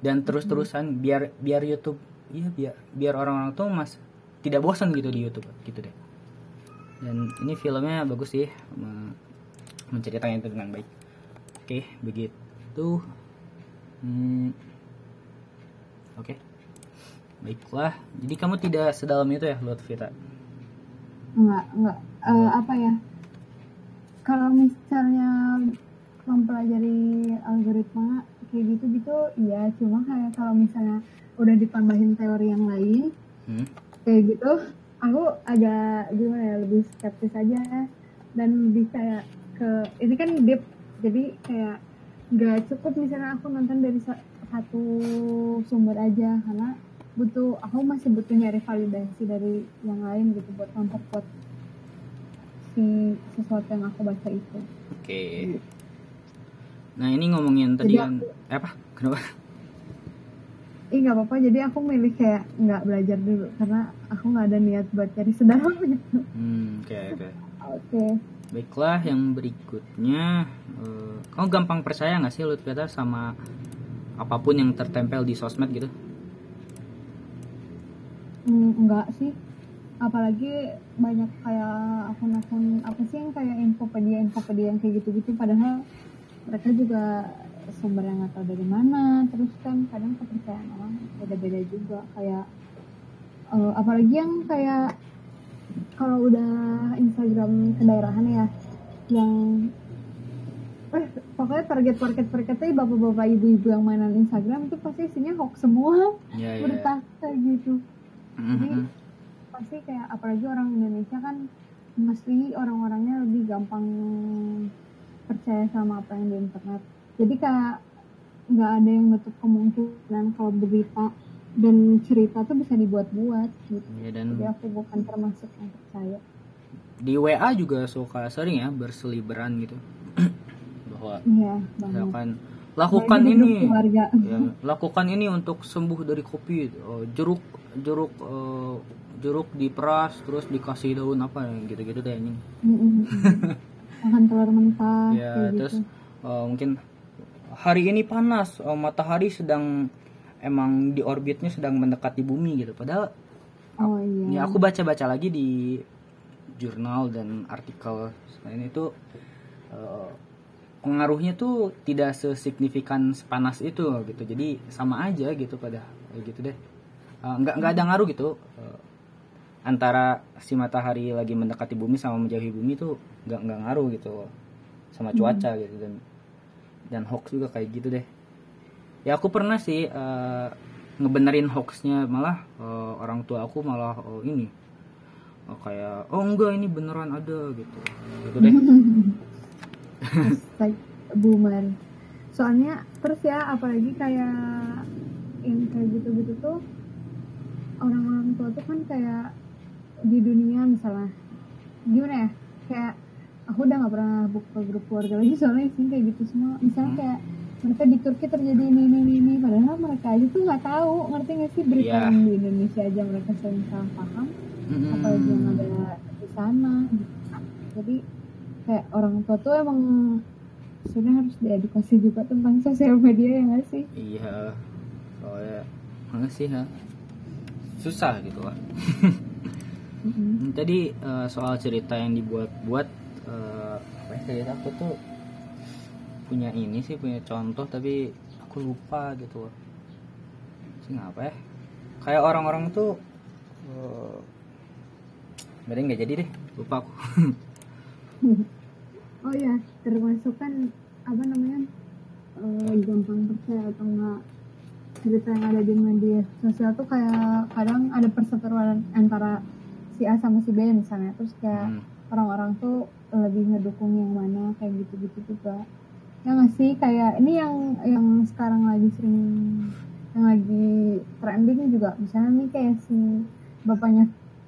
dan terus-terusan biar biar YouTube iya biar biar orang-orang tuh mas tidak bosan gitu di YouTube gitu deh. Dan ini filmnya bagus sih, menceritakan itu dengan baik. Oke, begitu. Hmm, Oke, baiklah. Jadi kamu tidak sedalam itu ya, Lutfita? Enggak, enggak. Uh, apa ya? Kalau misalnya mempelajari algoritma kayak gitu-gitu, iya. Cuma kayak kalau misalnya udah ditambahin teori yang lain, hmm? kayak gitu, aku agak gimana ya, lebih skeptis aja dan lebih kayak ke ini kan deep, jadi kayak nggak cukup misalnya aku nonton dari satu sumber aja, karena butuh aku masih butuh nyari validasi dari yang lain gitu buat memperkuat si sesuatu yang aku baca itu. Oke. Okay. Nah ini ngomongin tadi jadi kan aku, eh, apa? Kenapa? Ih nggak apa-apa. Jadi aku milih kayak nggak belajar dulu karena aku nggak ada niat buat cari sedalam gitu. Hmm, oke okay, oke. Okay. Oke. Okay. Baiklah, yang berikutnya, uh, kamu gampang percaya nggak sih Lutfita sama apapun yang tertempel di sosmed gitu? Hmm, enggak sih. Apalagi banyak kayak akun-akun apa sih yang kayak infopedia infopedia yang kayak gitu-gitu, padahal mereka juga sumber yang nggak tahu dari mana. Terus kan kadang kepercayaan orang beda-beda juga, kayak uh, apalagi yang kayak kalau udah Instagram kedaerahan ya, yang eh pokoknya target-target targetnya bapak-bapak ibu-ibu yang mainan Instagram itu pasti isinya hoax semua, yeah, yeah. bertahta gitu. Mm-hmm. Jadi pasti kayak apalagi orang Indonesia kan mesti orang-orangnya lebih gampang percaya sama apa yang di internet. Jadi kayak nggak ada yang nutup kemungkinan kalau berita dan cerita tuh bisa dibuat-buat gitu. Ya, dan jadi aku bukan termasuk yang percaya. Di W A juga suka sering ya berseliweran gitu. Bahwa ya, misalkan lakukan ini ya, lakukan ini untuk sembuh dari Covid. Oh, jeruk jeruk uh, jeruk diperas terus dikasih daun apa gitu-gitu deh ini. Makan telur mentah ya, terus gitu. uh, mungkin hari ini panas, uh, matahari sedang emang di orbitnya sedang mendekati bumi gitu. Padahal oh, iya. ya aku baca-baca lagi di jurnal dan artikel selain itu uh, pengaruhnya tuh tidak sesignifikan sepanas itu gitu. Jadi sama aja gitu pada gitu deh. Uh, nggak nggak ada ngaruh gitu uh, antara si matahari lagi mendekati bumi sama menjauhi bumi tuh nggak nggak ngaruh gitu sama cuaca hmm. gitu. Dan dan hoax juga kayak gitu deh. Ya aku pernah sih uh, ngebenerin hoaxnya, malah uh, orang tua aku malah oh, ini oh, kayak oh enggak ini beneran ada gitu gitu deh. Like boomer. Soalnya terus ya apalagi kayak yang kayak gitu-gitu tuh orang-orang tua tuh kan kayak di dunia misalnya gimana ya, kayak aku udah nggak pernah buka grup keluarga lagi soalnya isinya kayak gitu semua. Misalnya kayak mereka di Turki terjadi ini ini ini, padahal mereka aja tuh nggak tahu, ngerti nggak sih berita yeah. yang di Indonesia aja mereka sering salah paham, mm-hmm. apalagi yang ada di sana gitu. Jadi kayak orang tua tuh emang sebenarnya harus diedukasi juga tentang sosial media ya nggak sih? Iya, soalnya nggak sih ya susah gitu kan. mm-hmm. Tadi uh, soal cerita yang dibuat-buat, uh, apa ya cerita aku tuh punya ini sih, punya contoh tapi aku lupa gitu. Sih apa ya? Kayak orang-orang tuh uh, berarti nggak jadi deh, lupa aku. Oh ya, termasuk kan apa namanya uh, gampang percaya atau enggak cerita yang ada di media sosial tuh kayak kadang ada perseteruan antara si A sama si B misalnya, terus kayak hmm. orang-orang tuh lebih ngedukung yang mana kayak gitu-gitu juga. Ya nggak sih, kayak ini yang yang sekarang lagi sering yang lagi trending juga, misalnya nih kayak si bapaknya.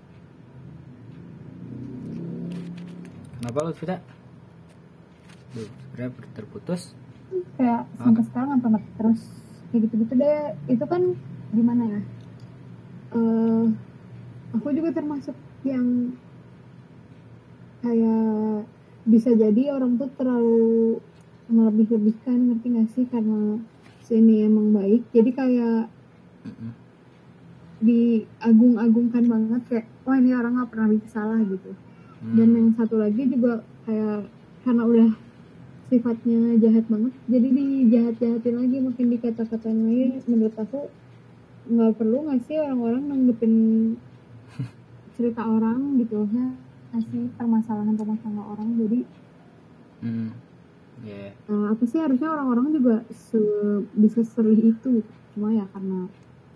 Kenapa lu Vita? Duh, sebenernya terputus. Kayak oh. sampai sekarang apa terus kayak gitu-gitu deh. Itu kan gimana ya? Uh, aku juga termasuk yang kayak bisa jadi orang tuh terlalu melebih-lebihkan, ngerti gak sih, karena si ini emang baik, jadi kayak Mm-mm. diagung-agungkan banget kayak wah ini orang nggak pernah bikin salah gitu. Hmm. Dan yang satu lagi juga kayak karena udah sifatnya jahat banget, jadi dijahat-jahatin lagi, makin dikata-katain lagi. Menurut aku nggak perlu ngasih orang-orang nanggepin cerita orang gitu ya, ngasih permasalahan-permasalahan orang. Jadi Hmm. Yeah. uh, apa sih harusnya orang-orang juga se- bisa serih itu, cuma ya karena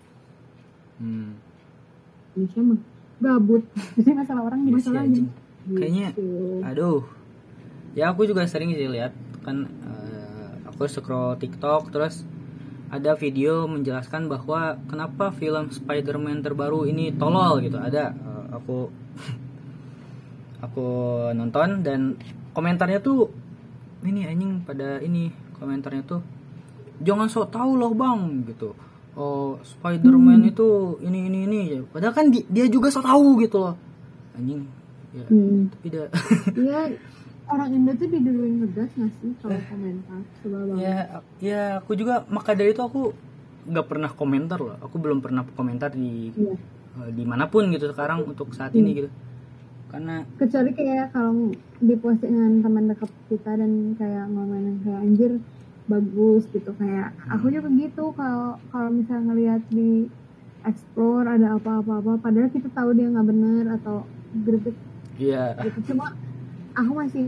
Hmm. Indonesia mah gabut, jadi masalah orang di Iya sih, masalah anjing. Kayaknya gitu. aduh. Ya aku juga sering sih lihat kan, eh, aku scroll TikTok terus ada video menjelaskan bahwa kenapa film Spider-Man terbaru ini tolol gitu. Ada eh, aku aku nonton dan komentarnya tuh ini anjing, pada ini komentarnya tuh jangan sok tahu loh bang gitu. Oh Spider-Man Hmm. itu ini ini ini ya. Padahal kan di- dia juga sok tahu gitu loh. Anjing. Ya, Hmm. tapi dah. Iya, orang Indo tuh diduluin ngegas nggak sih kalau komentar, sebel banget. ya ya aku juga, maka dari itu aku nggak pernah komentar loh. Aku belum pernah komentar di Iya. eh, dimanapun gitu sekarang untuk saat ini gitu. Karena Kecuali kayak kalau di postingan teman dekat kita dan kayak ngomongin kayak anjir bagus gitu, kayak aku juga gitu kalau kalau misalnya ngelihat di explore ada apa-apa-apa padahal kita tahu dia nggak benar atau greget ya gitu, cuma aku masih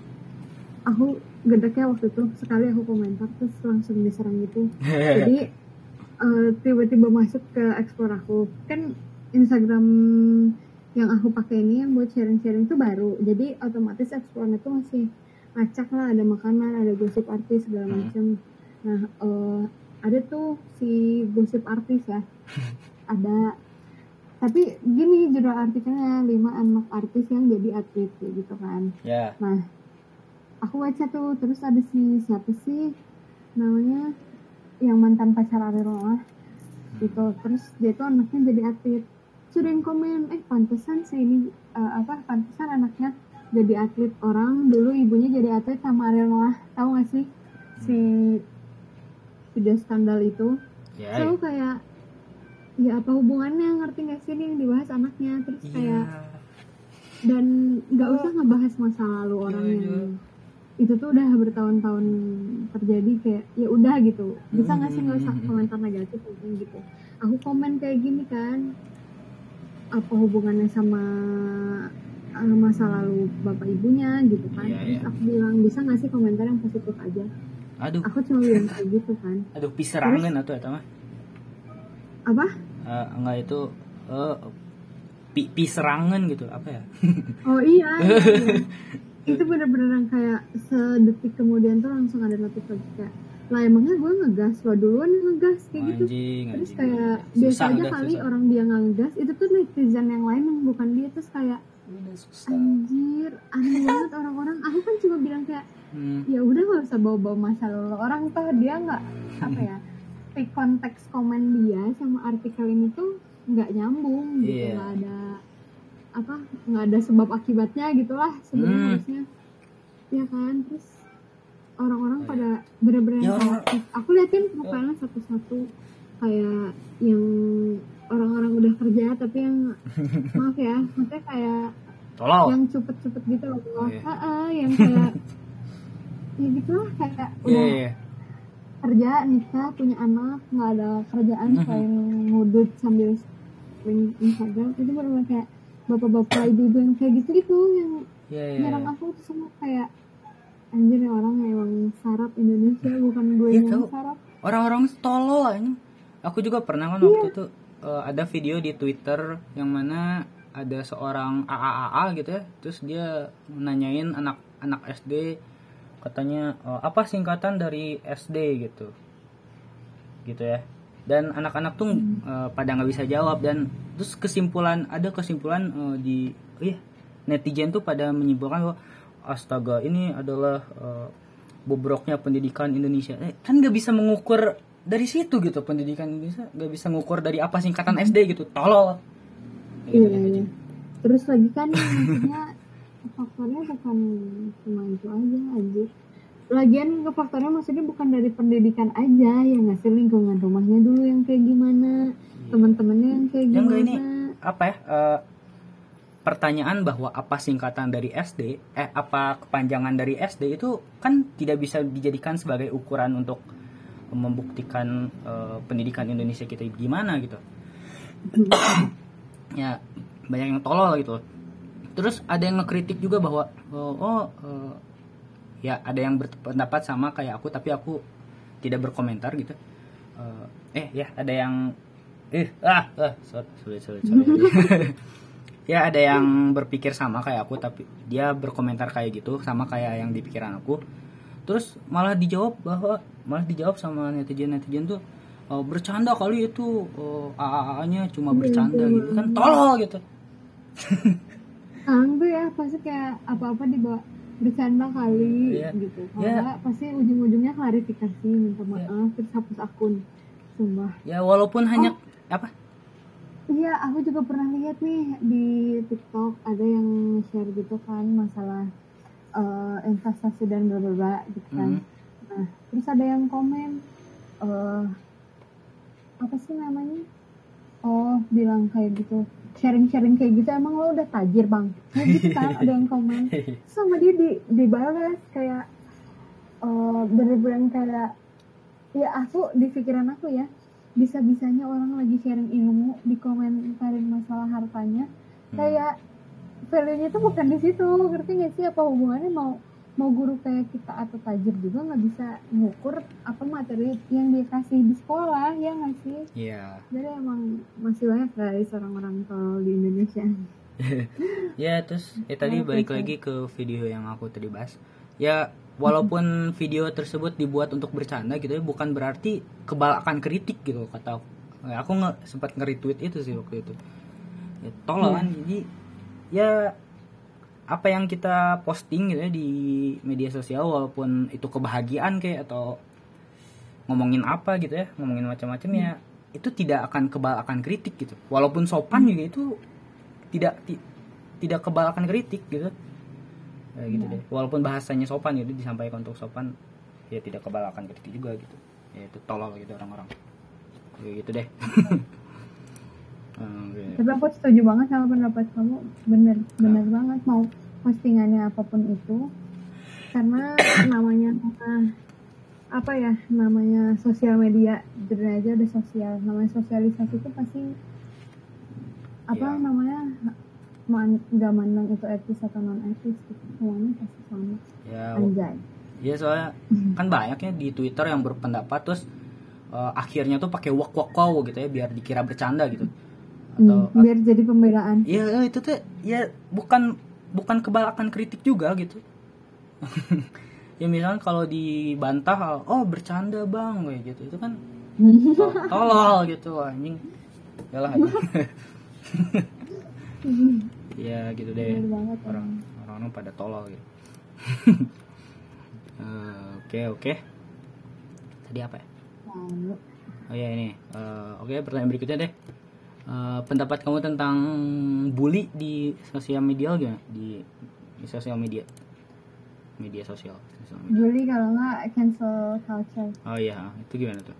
aku gedeknya waktu itu sekali aku komentar terus langsung diserang gitu. Jadi eh, tiba-tiba masuk ke explore aku, kan Instagram yang aku pakai ini yang buat sharing-sharing itu baru, jadi otomatis explore itu masih ngacak lah, ada makanan, ada gosip artis segala Hmm. macam. Nah eh, ada tuh si gosip artis ya, ada, tapi gini judul artikelnya lima anak artis yang jadi atlet kayak gitu kan. ya Nah aku baca tuh, terus ada si siapa sih namanya yang mantan pacar Ariel Noah gitu, terus dia tuh anaknya jadi atlet. Sudah yang komen, eh pantesan sih ini uh, apa pantesan anaknya jadi atlet, orang dulu ibunya jadi atlet sama Ariel Noah, tahu gak sih si video skandal itu. ya Selalu kayak ya apa hubungannya, ngerti gak sih ini yang dibahas anaknya, terus iya kayak dan nggak usah ngebahas masa lalu orang Iya, yang iya. itu tuh udah bertahun-tahun terjadi, kayak ya udah gitu, bisa nggak sih nggak usah komentar negatif gitu. Aku komen kayak gini kan, apa hubungannya sama uh, masa lalu bapak ibunya gitu kan. Iya, Terus iya. aku bilang bisa nggak sih komentar yang positif aja, aduh aku cuma bilang kayak gitu kan. aduh piserangan atau eta mah Apa Eh, enggak itu eh pi piserangan gitu apa ya. oh iya, iya, iya. Itu bener-bener yang kayak sedetik kemudian tuh langsung ada notifikasi kayak lah emangnya gue ngegas, lo duluan yang ngegas kayak gitu. Anjing, Terus anjing. kayak Susah biasa aja udah, kali susah. orang dia nggak ngegas, itu tuh netizen yang lain yang bukan dia, terus kayak Udah susah. anjir aneh banget orang-orang. Aku kan cuma bilang kayak Hmm. ya udah nggak usah bawa-bawa masa lalu orang, toh dia nggak apa ya, take konteks komen dia sama artikel ini tuh nggak nyambung gitu, Iya. nggak ada apa, nggak ada sebab akibatnya gitulah sebenarnya Hmm. harusnya ya kan. Terus orang-orang Oh, pada bener-bener Ya, kayak orang- aku liatin profilnya satu-satu, kayak yang orang-orang udah kerja tapi yang maaf ya maksudnya kayak Tolol. yang cepet-cepet gitu loh. Oh, iya. Heeh, yang kayak ya gitu lah, kayak Iya, udah iya. kerja nikah punya anak nggak ada kerjaan Mhm. selain ngudut sambil scrolling Instagram. Itu benar-benar kayak bapak-bapak ibu-ibu yang kayak gitu gitu yang Iya, iya. nyerang aku tuh semua kayak anjir ya orang emang sarap Indonesia, bukan gue Iya, yang tahu. sarap. Orang-orang tolol ini. Aku juga pernah kan waktu itu eh, ada video di Twitter yang mana ada seorang A A A A gitu ya. Terus dia nanyain anak-anak S D, katanya eh, apa singkatan dari S D gitu. Gitu ya. Dan anak-anak tuh eh, pada nggak bisa jawab, dan terus kesimpulan ada kesimpulan eh, di iya netizen tuh pada menyimpulkan bahwa astaga ini adalah eh, bobroknya pendidikan Indonesia. Eh, kan nggak bisa mengukur dari situ gitu, pendidikan Indonesia nggak bisa mengukur dari apa singkatan S D gitu, tolol. Kayak Iya, gitu, iya. Terus lagi kan maksudnya faktornya bukan cuma itu aja anjir. lagian ke faktornya maksudnya bukan dari pendidikan aja ya nggak sih, lingkungan rumahnya dulu yang kayak gimana, Iya. teman-temannya yang kayak Yang gimana. ini apa ya? Uh, pertanyaan bahwa apa singkatan dari S D, eh apa kepanjangan dari S D itu kan tidak bisa dijadikan sebagai ukuran untuk membuktikan uh, pendidikan Indonesia kita gimana gitu. Ya banyak yang tolol gitu. Terus ada yang ngekritik juga bahwa oh, oh uh, ya ada yang berpendapat sama kayak aku tapi aku tidak berkomentar gitu. Uh, eh ya ada yang eh ah ah sorry sorry sorry, sorry. Ya ada yang berpikir sama kayak aku tapi dia berkomentar kayak gitu sama kayak yang di pikiran aku. Terus malah dijawab bahwa malah dijawab sama netizen-netizen tuh oh, bercanda kali itu oh, A A A-nya cuma bercanda gitu kan tolol gitu. Ang tuh ya pasti kayak apa-apa dibawa bercanda kali yeah. gitu. Kalau yeah. enggak pasti ujung-ujungnya klarifikasi, minta maaf, yeah. terus hapus akun. Sumpah. Ya walaupun hanya oh. apa? Iya, aku juga pernah lihat nih di TikTok ada yang share gitu kan masalah uh, investasi dan bla bla bla gitu kan. Mm. Nah, terus ada yang komen uh, apa sih namanya? Oh, bilang kayak gitu. Sharing-sharing kayak gitu emang lo udah tajir, Bang. Nah, gitu kan ada yang komen. Sama dia di dibalas kayak uh, bener-bener kayak ya aku di pikiran aku ya bisa-bisanya orang lagi sharing ilmu di komentarin masalah hartanya hmm. kayak value-nya tuh bukan di situ, ngerti nggak sih? Apa hubungannya mau mau guru kayak kita atau tajir juga nggak bisa ngukur apa materi yang dia kasih di sekolah ya nggak sih? Iya. Yeah. Jadi emang masih banyak guys orang-orang tol di Indonesia. Ya terus eh tadi balik lagi ke video yang aku tadi bahas ya. Walaupun video tersebut dibuat untuk bercanda gitu ya, bukan berarti kebal akan kritik gitu kata aku. Ya, aku nge, sempat nge-retweet itu sih waktu itu. Ya, tolong kan, hmm. jadi ya apa yang kita posting gitu ya di media sosial walaupun itu kebahagiaan kayak atau ngomongin apa gitu ya, ngomongin macam-macam hmm. ya, itu tidak akan kebal akan kritik gitu. Walaupun sopan hmm. juga itu tidak ti, tidak kebal akan kritik gitu. Ya, gitu deh. Walaupun bahasanya sopan gitu disampaikan untuk sopan ya tidak kebalakan kritik juga gitu ya itu tolol gitu orang-orang ya gitu deh. Okay. Tapi aku setuju banget sama pendapat kamu, bener bener nah. banget mau postingannya apapun itu karena namanya apa ya namanya sosial media dari aja ada sosial namanya sosialisasi itu pasti apa ya. namanya Man, gak mandang itu etis atau non etis gitu. Semuanya pasti sama ya, anjay ya soalnya kan banyak ya di Twitter yang berpendapat terus uh, akhirnya tuh pakai wak wak wow gitu ya biar dikira bercanda gitu atau hmm, biar jadi pembelaan ya itu tuh ya bukan bukan kebalakan kritik juga gitu. Ya misalnya kalau dibantah oh bercanda bang kayak gitu itu kan to- tolol gitu anjing yalah ya gitu deh orang orang pada tolol gitu. Oke uh, oke okay, okay. Tadi apa ya? Oh ya ini uh, oke okay, pertanyaan berikutnya deh uh, pendapat kamu tentang bully di sosial media gimana di, di sosial media media sosial, sosial media. Bully kalau nggak cancel culture. Oh iya itu gimana tuh?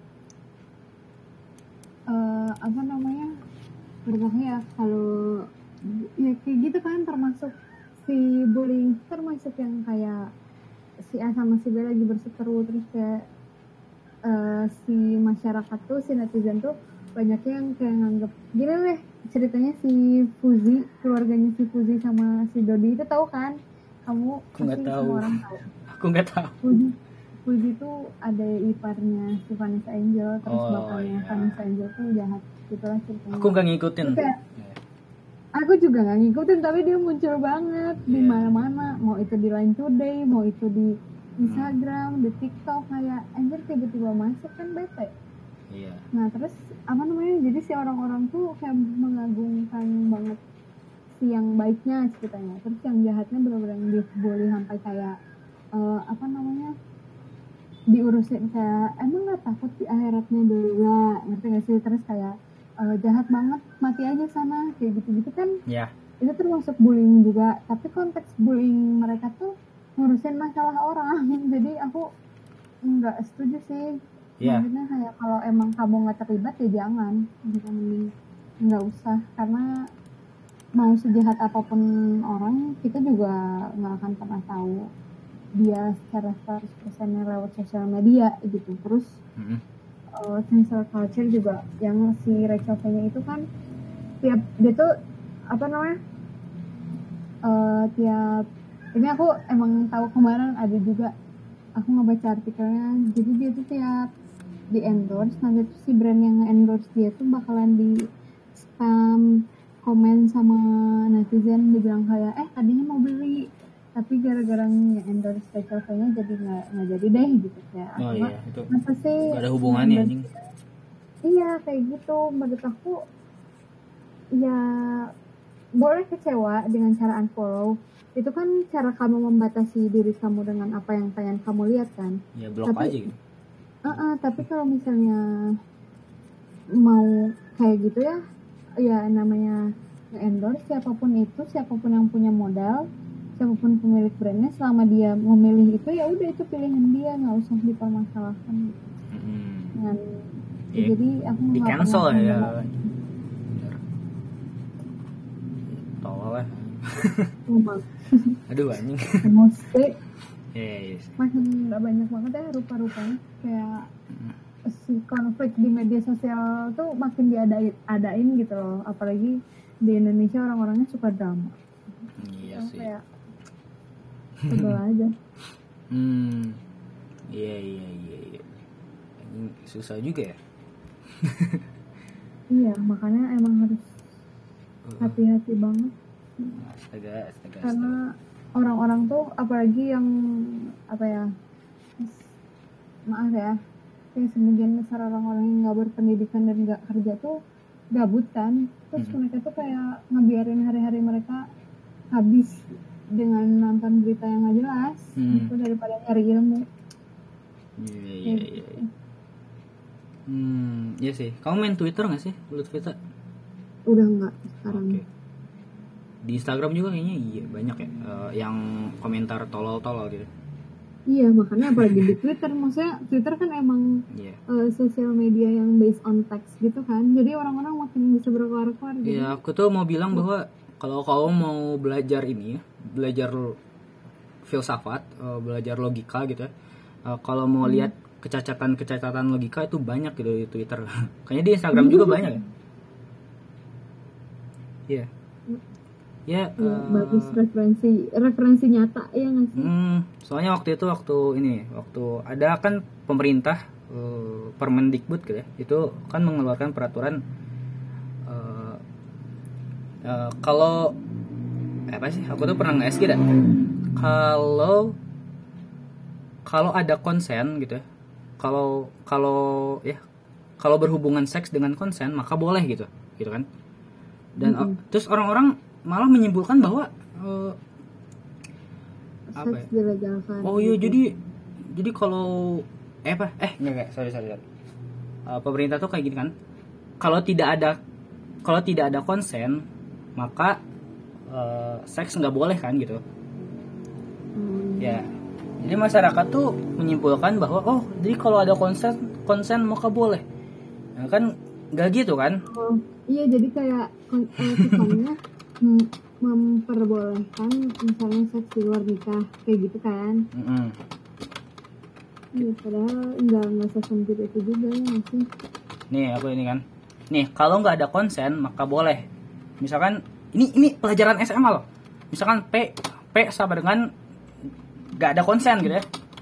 Uh, apa namanya berpokoknya ya kalau ya kayak gitu kan termasuk si bullying termasuk yang kayak si A sama si B lagi berseteru terus kayak uh, si masyarakat tuh si netizen tuh banyaknya yang kayak nganggep gini deh ceritanya si Fuzi keluarganya si Fuzi sama si Dodi itu tahu kan kamu aku nggak tahu orang tahu aku nggak tahu Fuzi Fuzi tuh ada iparnya si Vanessa Angel terus oh, bapaknya iya. Vanessa Angel tuh jahat gitulah ceritanya aku nggak ngikutin kayak, aku juga nggak ngikutin tapi dia muncul banget yeah. di mana-mana mau itu di Line Today mau itu di Instagram hmm. di TikTok kayak anjir tiba-tiba masuk kan bete yeah. Nah terus apa namanya jadi si orang-orang tuh kayak mengagungkan banget si yang baiknya ceritanya terus yang jahatnya benar-benar dibully sampai kayak uh, apa namanya diurusin kayak emang nggak takut di akhiratnya dulu ngerti nggak sih terus kayak uh, jahat banget mati aja sana kayak gitu-gitu kan yeah. Itu termasuk bullying juga tapi konteks bullying mereka tuh ngurusin masalah orang. Jadi aku nggak setuju sih. Iya. Maksudnya kayak kalau emang kamu nggak terlibat ya jangan, gitu mending nggak usah, karena mau sejahat apapun orang kita juga nggak akan pernah tahu dia secara seratus persen lewat sosial media gitu. Terus Mm-hmm. uh, cancel culture juga yang si Rachel V-nya itu kan tiap dia tuh apa namanya uh, tiap ini aku emang tahu kemarin ada juga aku ngebaca artikelnya, jadi dia tuh tiap di endorse nanti tuh si brand yang endorse dia tuh bakalan di spam komen sama netizen, dibilang kayak eh tadinya mau beli tapi gara-gara endorse Rachel V-nya jadi nggak nggak jadi deh gitu kayak. Oh Cuma, iya, itu masa sih gak ada hubungannya anjing. Iya kayak gitu, menurut aku ya boleh kecewa dengan cara unfollow, itu kan cara kamu membatasi diri kamu dengan apa yang pengen kamu lihat kan. Ya blok tapi, aja gitu. Uh-uh, tapi kalau misalnya mau kayak gitu ya, ya namanya endorse siapapun itu, siapapun yang punya modal, siapapun pemilik brandnya, selama dia memilih itu ya udah itu pilihan dia, nggak usah dipermasalahkan. Mm-hmm. Dengan, Yeah. Jadi aku di nggak cancel pernah ya. menolak. Tolol lah. Emang Aduh anjing. emosi Yes. makin nggak banyak banget ya rupa-rupanya kayak si konflik di media sosial tuh makin diadain adain gitu loh, apalagi di Indonesia orang-orangnya suka drama. Iya So, sih. kayak sebel aja. Hmm. Iya iya iya iya. Ini susah juga ya. Iya makanya emang harus hati-hati banget. Astaga, astaga, Karena astaga. orang-orang tuh apalagi yang apa ya, maaf ya, kayak sebagian besar orang-orang yang nggak berpendidikan dan nggak kerja tuh gabut kan, terus Hmm. mereka tuh kayak ngebiarin hari-hari mereka habis dengan nonton berita yang nggak jelas, Hmm. gitu daripada nyari ilmu. Iya iya iya. iya. Hmm, iya sih. Kamu main Twitter nggak sih, Lutfita? Udah nggak sekarang. Oke. Di Instagram juga kayaknya iya banyak ya uh, yang komentar tolol-tolol gitu. Iya makanya apalagi di Twitter, maksudnya Twitter kan emang Iya. uh, sosial media yang based on text gitu kan, jadi orang-orang makin bisa berkeluar-keluar gitu. Iya, aku tuh mau bilang bahwa kalau kamu mau belajar ini, belajar filsafat, uh, belajar logika gitu ya. Uh, kalau mau Hmm. lihat kecacatan-kecacatan logika itu banyak gitu di Twitter. Kayaknya di Instagram juga banyak ya. Iya. Ya, Ya, uh, bagus referensi referensi nyata ya nggak sih? Hmm, soalnya waktu itu waktu ini, waktu ada kan pemerintah uh, Permendikbud gitu ya, itu kan mengeluarkan peraturan uh, uh, kalau apa sih? Aku tuh pernah nge-S G dah. Kalau kalau ada konsen gitu ya, kalau kalau ya kalau berhubungan seks dengan konsen maka boleh gitu, gitu kan? Dan Mm-hmm. uh, terus orang-orang malah menyimpulkan bahwa uh, apa Seks ya? dilegalkan. Oh iya, gitu. jadi jadi kalau eh apa? Eh enggak enggak, sorry sorry. sorry. Uh, pemerintah tuh kayak gini kan. Kalau tidak ada kalau tidak ada konsen, maka uh, seks nggak boleh kan gitu. Hmm. Ya. Jadi masyarakat tuh menyimpulkan bahwa oh, jadi kalau ada konsen konsen maka boleh. Nah, kan nggak gitu kan? Oh iya, jadi kayak kon- eh, kesannya mem- memperbolehkan misalnya seks di luar nikah kayak gitu kan. Mm-mm. Iya, padahal nggak nggak sesempit itu juga ya nggak sih? Nih aku ini kan. Nih kalau nggak ada konsen maka boleh. Misalkan ini ini pelajaran S M A loh. Misalkan P P sama dengan nggak ada konsen gitu ya.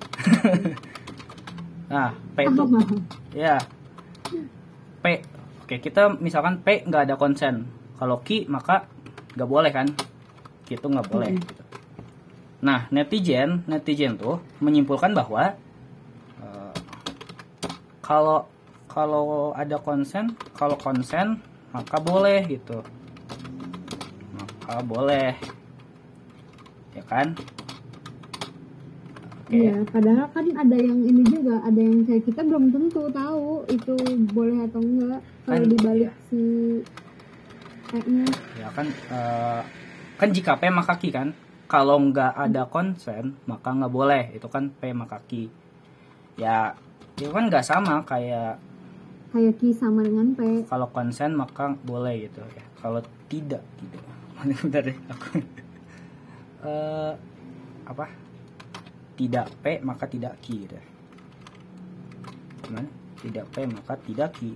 Nah P itu ya P. Oke kita misalkan P nggak ada konsen. Kalau Q maka nggak boleh kan? Itu nggak boleh. Hmm. Gitu. Nah netizen netizen tuh menyimpulkan bahwa uh, kalau kalau ada konsen, kalau konsen maka boleh gitu, maka boleh, ya kan? Oke. Iya, padahal kan ada yang ini juga, ada yang kayak kita belum tentu tahu itu boleh atau enggak kalau Kan, dibalik iya. si E-nya. Ya kan, uh, kan jika P maka Q kan. kalau nggak ada konsen maka nggak boleh, itu kan P maka Q. Ya itu kan nggak sama kayak kayak Q sama dengan P. kalau konsen maka boleh gitu ya, kalau tidak tidak bentar deh aku uh, apa tidak P maka tidak Q gitu. Gimana? Tidak P maka tidak Q.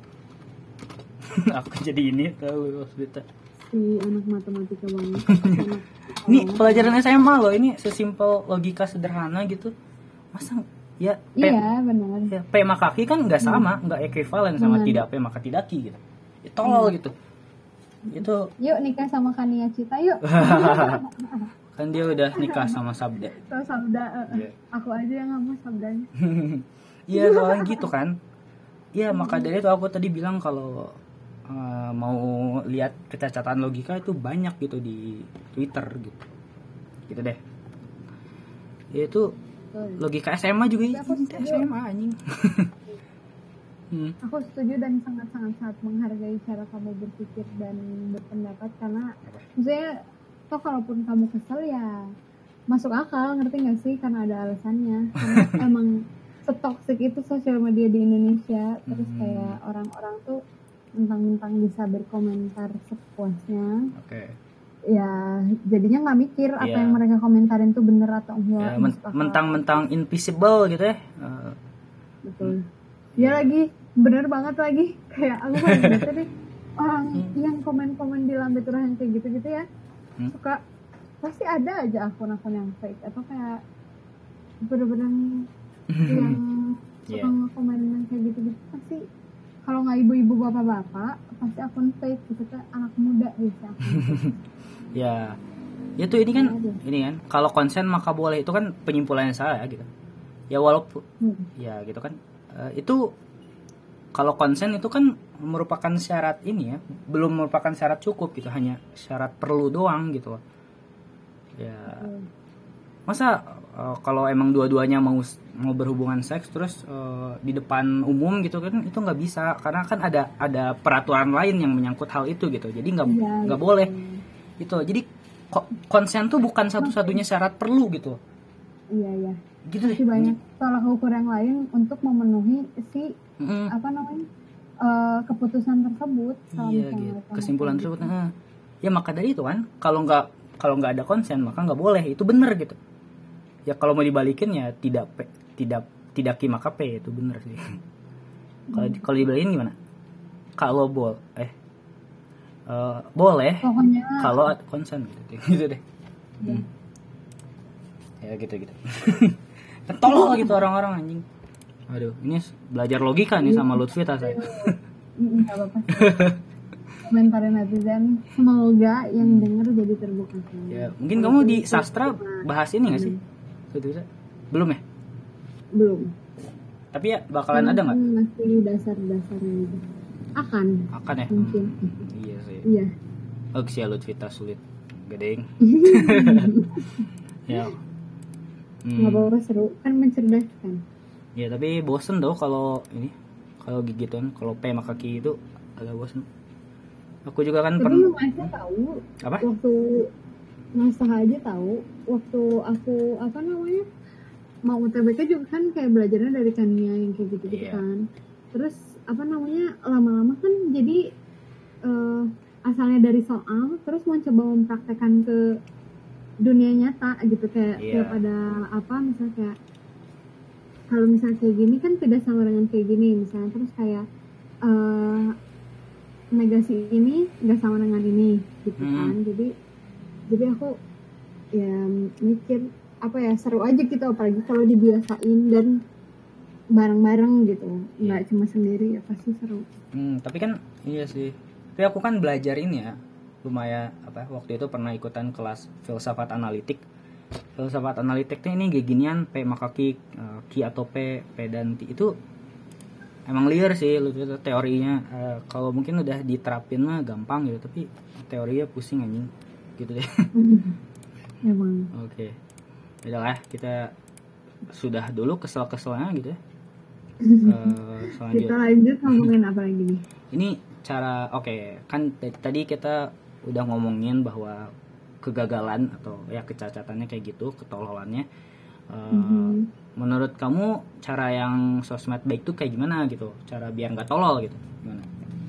Aku jadi ini tahu maksudnya. Si anak matematika banget. Anak Ini pelajaran S M A loh, ini sesimpel logika sederhana gitu. Masa ya P, iya benar. ya, P maka Q kan nggak sama, nggak hmm. ekuivalen sama hmm. tidak P maka tidak Q gitu. Ya, tolol hmm. gitu. Itu. Yuk nikah sama Kania Cita yuk. Kan dia udah nikah sama Sabda. So Sabda, uh, yeah. Aku aja yang nggak mau Sabdanya. Iya soalnya gitu kan. Iya maka dari itu aku tadi bilang kalau uh, mau lihat kecacatan logika itu banyak gitu di Twitter gitu. Gitu deh. Itu logika S M A juga ya, S M A anjing. hmm. Aku setuju dan sangat-sangat sangat menghargai cara kamu berpikir dan berpendapat karena maksudnya toh kalaupun kamu kesel ya masuk akal, ngerti nggak sih, karena ada alasannya. Karena emang setoksik itu sosial media di Indonesia, terus hmm. kayak orang-orang tuh mentang-mentang bisa berkomentar sepuasnya. Oke. Okay. Ya jadinya nggak mikir yeah. apa yang mereka komentarin tuh bener atau enggak. Ya, men- mentang-mentang invisible gitu ya. Uh, Betul. Ya hmm. lagi bener banget lagi kayak aku paling bete deh orang hmm. yang komen-komen di Lambe Turah yang kayak gitu-gitu ya. Hmm. Suka pasti ada aja akun-akun yang fake atau kayak bener-bener yang suka yeah. nge-komen yang kayak gitu-gitu pasti kalau nggak ibu-ibu bapak-bapak pasti akun fake gitu kan, anak muda bisa. Ya, ya tuh ini kan ya, ini kan kalau konsen maka boleh, itu kan penyimpulannya saya gitu. Ya walaupun hmm. ya gitu kan uh, itu kalau konsen itu kan merupakan syarat ini ya, belum merupakan syarat cukup gitu, hanya syarat perlu doang gitu. Ya hmm. masa uh, kalau emang dua-duanya mau mau berhubungan seks terus uh, di depan umum gitu kan itu nggak bisa, karena kan ada ada peraturan lain yang menyangkut hal itu gitu, jadi nggak nggak ya, boleh gitu. Jadi konsen tuh bukan satu-satunya syarat perlu gitu. Iya ya. Gitu deh. Banyak tolak ukur yang lain untuk memenuhi si mm-hmm. apa namanya uh, keputusan tersebut. Iya gitu. Kesimpulan tersebut. Nah, ya maka dari itu kan kalau nggak kalau nggak ada konsen maka nggak boleh, itu benar gitu. Ya kalau mau dibalikin ya tidak P, tidak tidak Q maka P, itu benar sih. Kalau hmm. kalau dibalikin gimana? Kalau bol eh Uh, boleh pokoknya kalau ada konsen gitu, gitu deh ya, hmm. ya gitu gitu ketolol gitu orang-orang anjing. Aduh ini belajar logika nih sama Lutfita saya. Nggak apa-apa komentarin netizen, semoga yang denger jadi terbuka. Ya mungkin kamu di sastra bahas ini nggak sih? Betul belum ya? Belum, tapi ya bakalan ada nggak? Masih dasar-dasarnya gitu. Akan akan ya mungkin. hmm, iya sih iya oh sih Lutfita sulit gedeng. Ya hmm. nggak apa-apa, seru kan, mencerdaskan ya, tapi bosen tuh kalau ini kalau gigituan, kalau P maka Q itu agak bosen. Aku juga kan tapi pernah masa tahu apa waktu masa aja tahu waktu aku apa namanya mau U T B K juga kan kayak belajarnya dari Kania yang kayak gitu-gitu yeah. kan, terus apa namanya lama-lama kan jadi uh, asalnya dari soal terus mau coba mempraktekkan ke dunia nyata gitu, kayak yeah. kayak pada apa misalnya kayak kalau misalnya kayak gini kan tidak sama dengan kayak gini misalnya, terus kayak uh, negasi ini nggak sama dengan ini gitu hmm. kan, jadi jadi aku ya mikir apa ya seru aja gitu, apalagi kalau dibiasain dan bareng-bareng gitu, nggak yeah. cuma sendiri ya pasti seru. Hmm, tapi kan iya sih. Tapi aku kan belajar ini ya, lumayan apa? Waktu itu pernah ikutan kelas filsafat analitik. Filsafat analitik ini kayak ginian, P maka Q, Q atau P, P dan T itu emang liar sih, lu teorinya. Uh, kalau mungkin udah diterapin mah gampang gitu, tapi teorinya pusing anjing, gitu deh. Emang. Oke, okay. Udahlah kita sudah dulu kesel-keselnya gitu ya. Uh, kita lanjut ngomongin apa lagi nih? Ini cara oke okay, kan t- tadi kita udah ngomongin bahwa kegagalan atau ya kecacatannya kayak gitu, ketololannya. Uh, Mhm. Menurut kamu cara yang sosmed baik tuh kayak gimana gitu? Cara biar nggak tolol gitu? Gimana?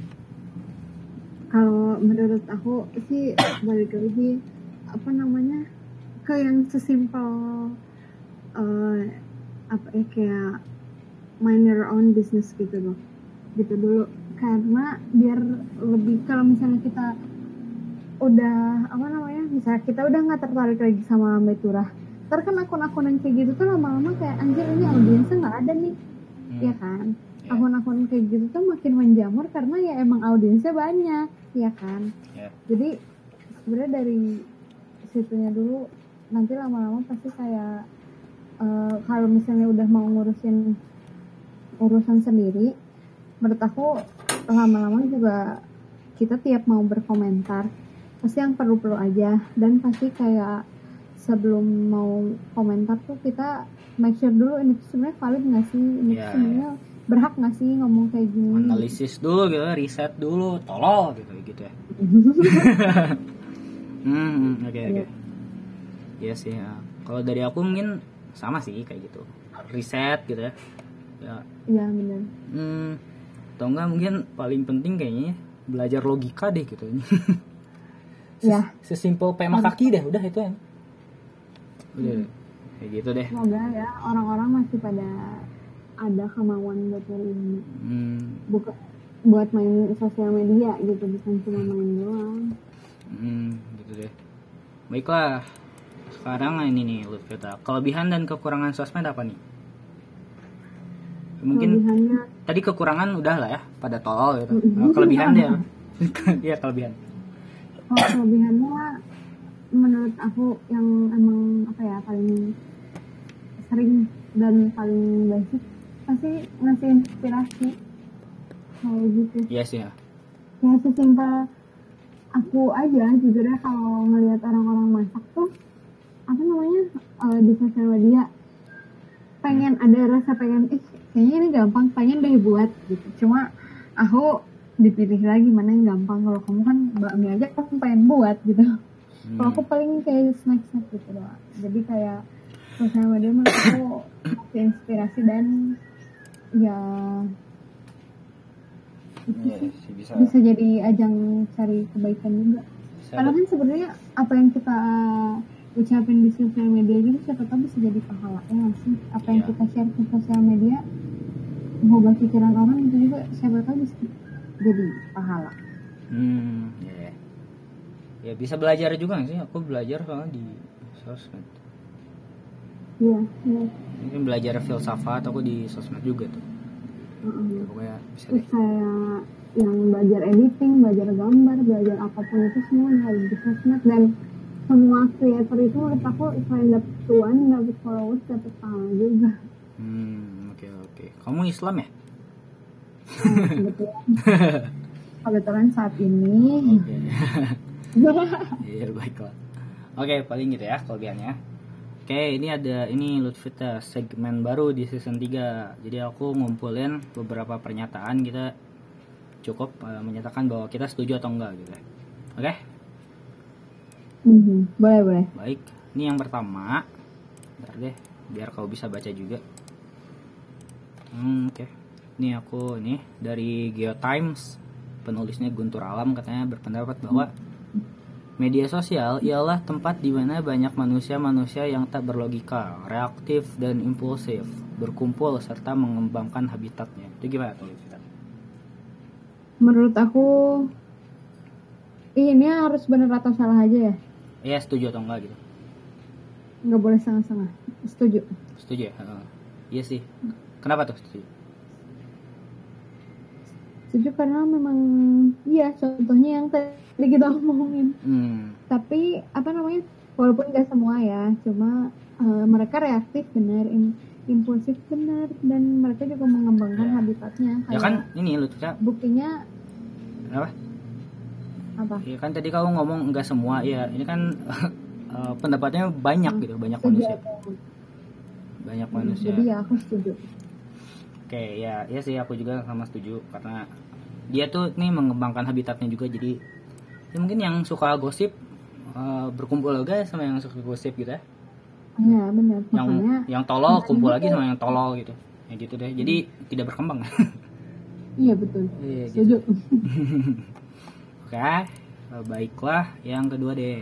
Kalau menurut aku sih balik lagi apa namanya ke yang sesimpel eh, apa ya kayak mind your own business gitu loh, gitu dulu, karena biar lebih kalau misalnya kita udah apa namanya misalnya kita udah nggak tertarik lagi sama Mbak Turah, ntar kan akun-akun yang kayak gitu tuh lama-lama kayak anjir ini audiensnya nggak ada nih, Hmm. ya kan? Ya. Akun-akun kayak gitu tuh makin menjamur karena ya emang audiensnya banyak, ya kan? Ya. Jadi sebenarnya dari situnya dulu nanti lama-lama pasti kayak uh, kalau misalnya udah mau ngurusin urusan sendiri, menurut aku lama-lama juga kita tiap mau berkomentar pasti yang perlu-perlu aja, dan pasti kayak sebelum mau komentar tuh kita make sure dulu ini tuh sebenarnya valid nggak sih, ini Ya, tuh sebenarnya berhak nggak sih ngomong kayak gini. Analisis dulu gitu, riset dulu, tolol gitu gitu ya. Hmm, oke oke. Iya sih. Ya. Kalau dari aku mungkin sama sih kayak gitu, riset gitu ya. Ya. Iya benar. Hmm, atau enggak mungkin paling penting kayaknya belajar logika deh gitu. Ses- Ya. Sesimpel pema kaki deh, udah itu ya. Udah, Hmm. kayak gitu deh. Semoga ya orang-orang masih pada ada kemauan buat nyari ilmu, Hmm, bukan buat main sosial media gitu, bukan cuma main doang. hmm, gitu deh. Baiklah. Sekarang ini nih Lutfita, kelebihan dan kekurangan sosmed apa nih? Mungkin Kelebihannya tadi kekurangan udah lah ya, pada tolol gitu. Mm-mm. Nah, kelebihan dia. Iya kelebihan. kalau kelebihannya menurut aku yang emang apa ya paling sering dan paling basic pasti ngasih inspirasi kalau gitu. Iya sih ya. Ya sesimpel aku aja jujur ya kalau ngelihat orang-orang masak tuh apa namanya eh, di sosial media pengen ada rasa pengen eh kayaknya ini gampang pengen deh buat gitu, cuma aku dipilih lagi mana yang gampang. Kalau kamu kan bakmi aja kamu pengen buat gitu, kalau aku paling kayak snack-snack gitu doang. Jadi kayak sosial media menurut aku ngasih inspirasi dan ya Iya sih bisa. bisa jadi ajang cari kebaikan juga. Bisa Karena kan sebenarnya apa yang kita ucapin di sosial media gitu siapa tahu bisa jadi pahala ya nggak sih? Apa yang Iya. kita share ke sosial media mengubah pikiran orang itu juga siapa tahu bisa jadi pahala. Hmm, ya. Ya bisa belajar juga nggak sih? Aku belajar soalnya di sosmed. Iya, iya. Mungkin belajar filsafat aku di sosmed juga tuh. Heeh. Ya, pokoknya bisa Terus deh. kayak yang belajar editing, belajar gambar, belajar apapun itu semua dari di sosmed, dan semua creator itu menurut aku selain dapet cuan, dapet followers, dapet pahala juga. Hmm, oke oke. Kamu Islam ya? Nah, kebetulan, kebetulan saat ini Oke. Iya baiklah. Oke paling gitu ya kelebihannya. Oke ini ada ini Lutfita segmen baru di season tiga. Jadi aku ngumpulin beberapa pernyataan, kita cukup uh, menyatakan bahwa kita setuju atau enggak gitu ya. Oke Mhm, boleh boleh. baik. Ini yang pertama. Bentar deh biar kau bisa baca juga. Hmm, oke. Ini aku ini dari GeoTimes, penulisnya Guntur Alam, katanya berpendapat bahwa media sosial ialah tempat di mana banyak manusia-manusia yang tak berlogika, reaktif dan impulsif berkumpul serta mengembangkan habitatnya. Itu gimana tuh? Menurut aku ini harus benar atau salah aja ya, Iya setuju atau enggak gitu? nggak boleh setengah-setengah. Setuju. Setuju ya? Heeh. Iya sih. Kenapa tuh setuju? Setuju karena memang iya contohnya yang tadi kita omongin. Hmm. Tapi apa namanya walaupun nggak semua ya, cuma uh, mereka reaktif benar, im- impulsif benar, dan mereka juga mengembangkan Ya. habitatnya. Ya Kayak kan ini lu tuh buktinya apa? apa? Ya kan tadi kamu ngomong enggak semua ya. Ini kan uh, pendapatnya banyak Hmm, gitu, banyak setuju manusia. aku. Banyak Hmm, manusia. Jadi ya aku setuju. Oke, ya, ya sih aku juga sama setuju karena dia tuh nih mengembangkan habitatnya juga, jadi ya mungkin yang suka gosip uh, berkumpul juga sama yang suka gosip gitu ya. Iya benar. Yang Makanya yang tolol kumpul lagi itu- sama yang tolol gitu. Ya gitu deh. Jadi tidak berkembang. Iya betul. Iya, gitu. Setuju. Oke, eh, baiklah yang kedua deh.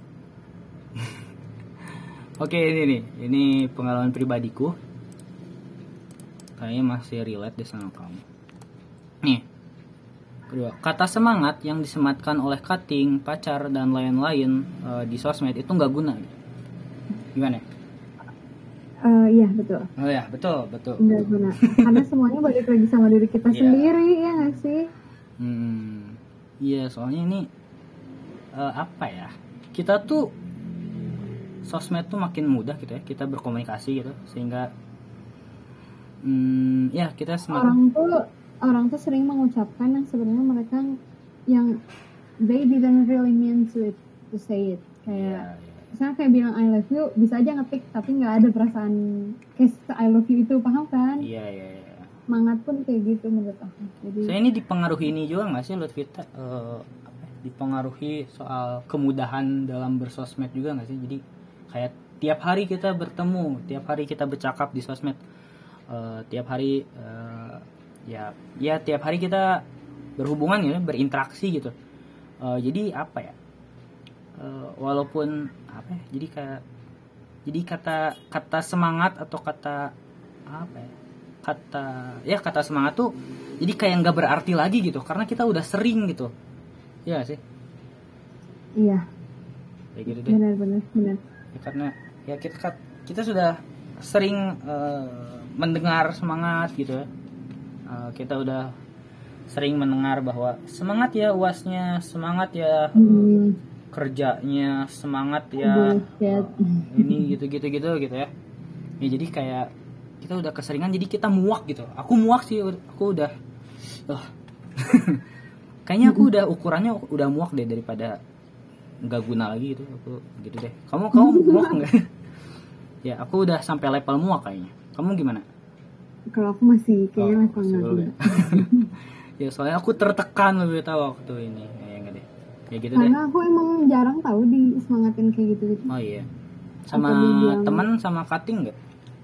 Oke, ini nih, ini pengalaman pribadiku. Kayaknya masih relate deh sama kamu. Nih, kedua, kata semangat yang disematkan oleh cutting, pacar dan lain-lain eh, di sosmed itu nggak guna. Gitu. Gimana? Eh, iya betul. Oh ya, betul, betul. Enggak guna. Karena semuanya balik lagi sama diri kita Iya. sendiri ya nggak sih? Hmm, iya soalnya ini eh, apa ya? Kita tuh sosmed tuh makin mudah gitu ya, kita berkomunikasi gitu, sehingga hmm, ya kita semakin Orang tuh orang tuh sering mengucapkan yang sebenarnya mereka yang they didn't really mean to it to say it. Kayak Iya, iya. misalnya kayak bilang I love you bisa aja ngetik tapi nggak ada perasaan kayak I love you itu, paham kan? Iya, iya, iya. Semangat pun kayak gitu menurut aku. Jadi Saya ini dipengaruhi ini juga nggak sih Lutfita? Eh, apa ya, dipengaruhi soal kemudahan dalam bersosmed juga nggak sih? Jadi kayak tiap hari kita bertemu, tiap hari kita bercakap di sosmed, Eh, tiap hari eh, ya ya tiap hari kita berhubungan ya, berinteraksi gitu. Eh, jadi apa ya? Eh, walaupun apa ya? Jadi kayak jadi kata kata semangat atau kata apa ya? Kata ya kata semangat tuh jadi kayak nggak berarti lagi gitu karena kita udah sering gitu. Iya nggak sih? iya Kayak gitu deh. benar benar benar. Ya, karena ya kita kita sudah sering eh, mendengar semangat gitu ya. Eh, kita udah sering mendengar bahwa semangat ya uasnya, semangat ya Hmm, kerjanya, semangat ya bullshit. eh, ini gitu-gitu gitu gitu ya. Ya jadi kayak kita udah keseringan jadi kita muak gitu. Aku muak sih, aku udah oh. Kayaknya aku udah ukurannya udah muak deh daripada nggak guna lagi gitu. Aku gitu deh. Kamu kamu muak nggak? Ya aku udah sampai level muak kayaknya. Kamu gimana? Kalau aku masih kayaknya Oh, level masih nggak belum guna. ya? Ya soalnya aku tertekan lebih tahu waktu ini. Ya enggak deh. Ya gitu deh. Karena aku emang jarang tahu disemangatin kayak gitu-gitu. Oh iya. Sama Atau dibilang- teman sama cutting nggak?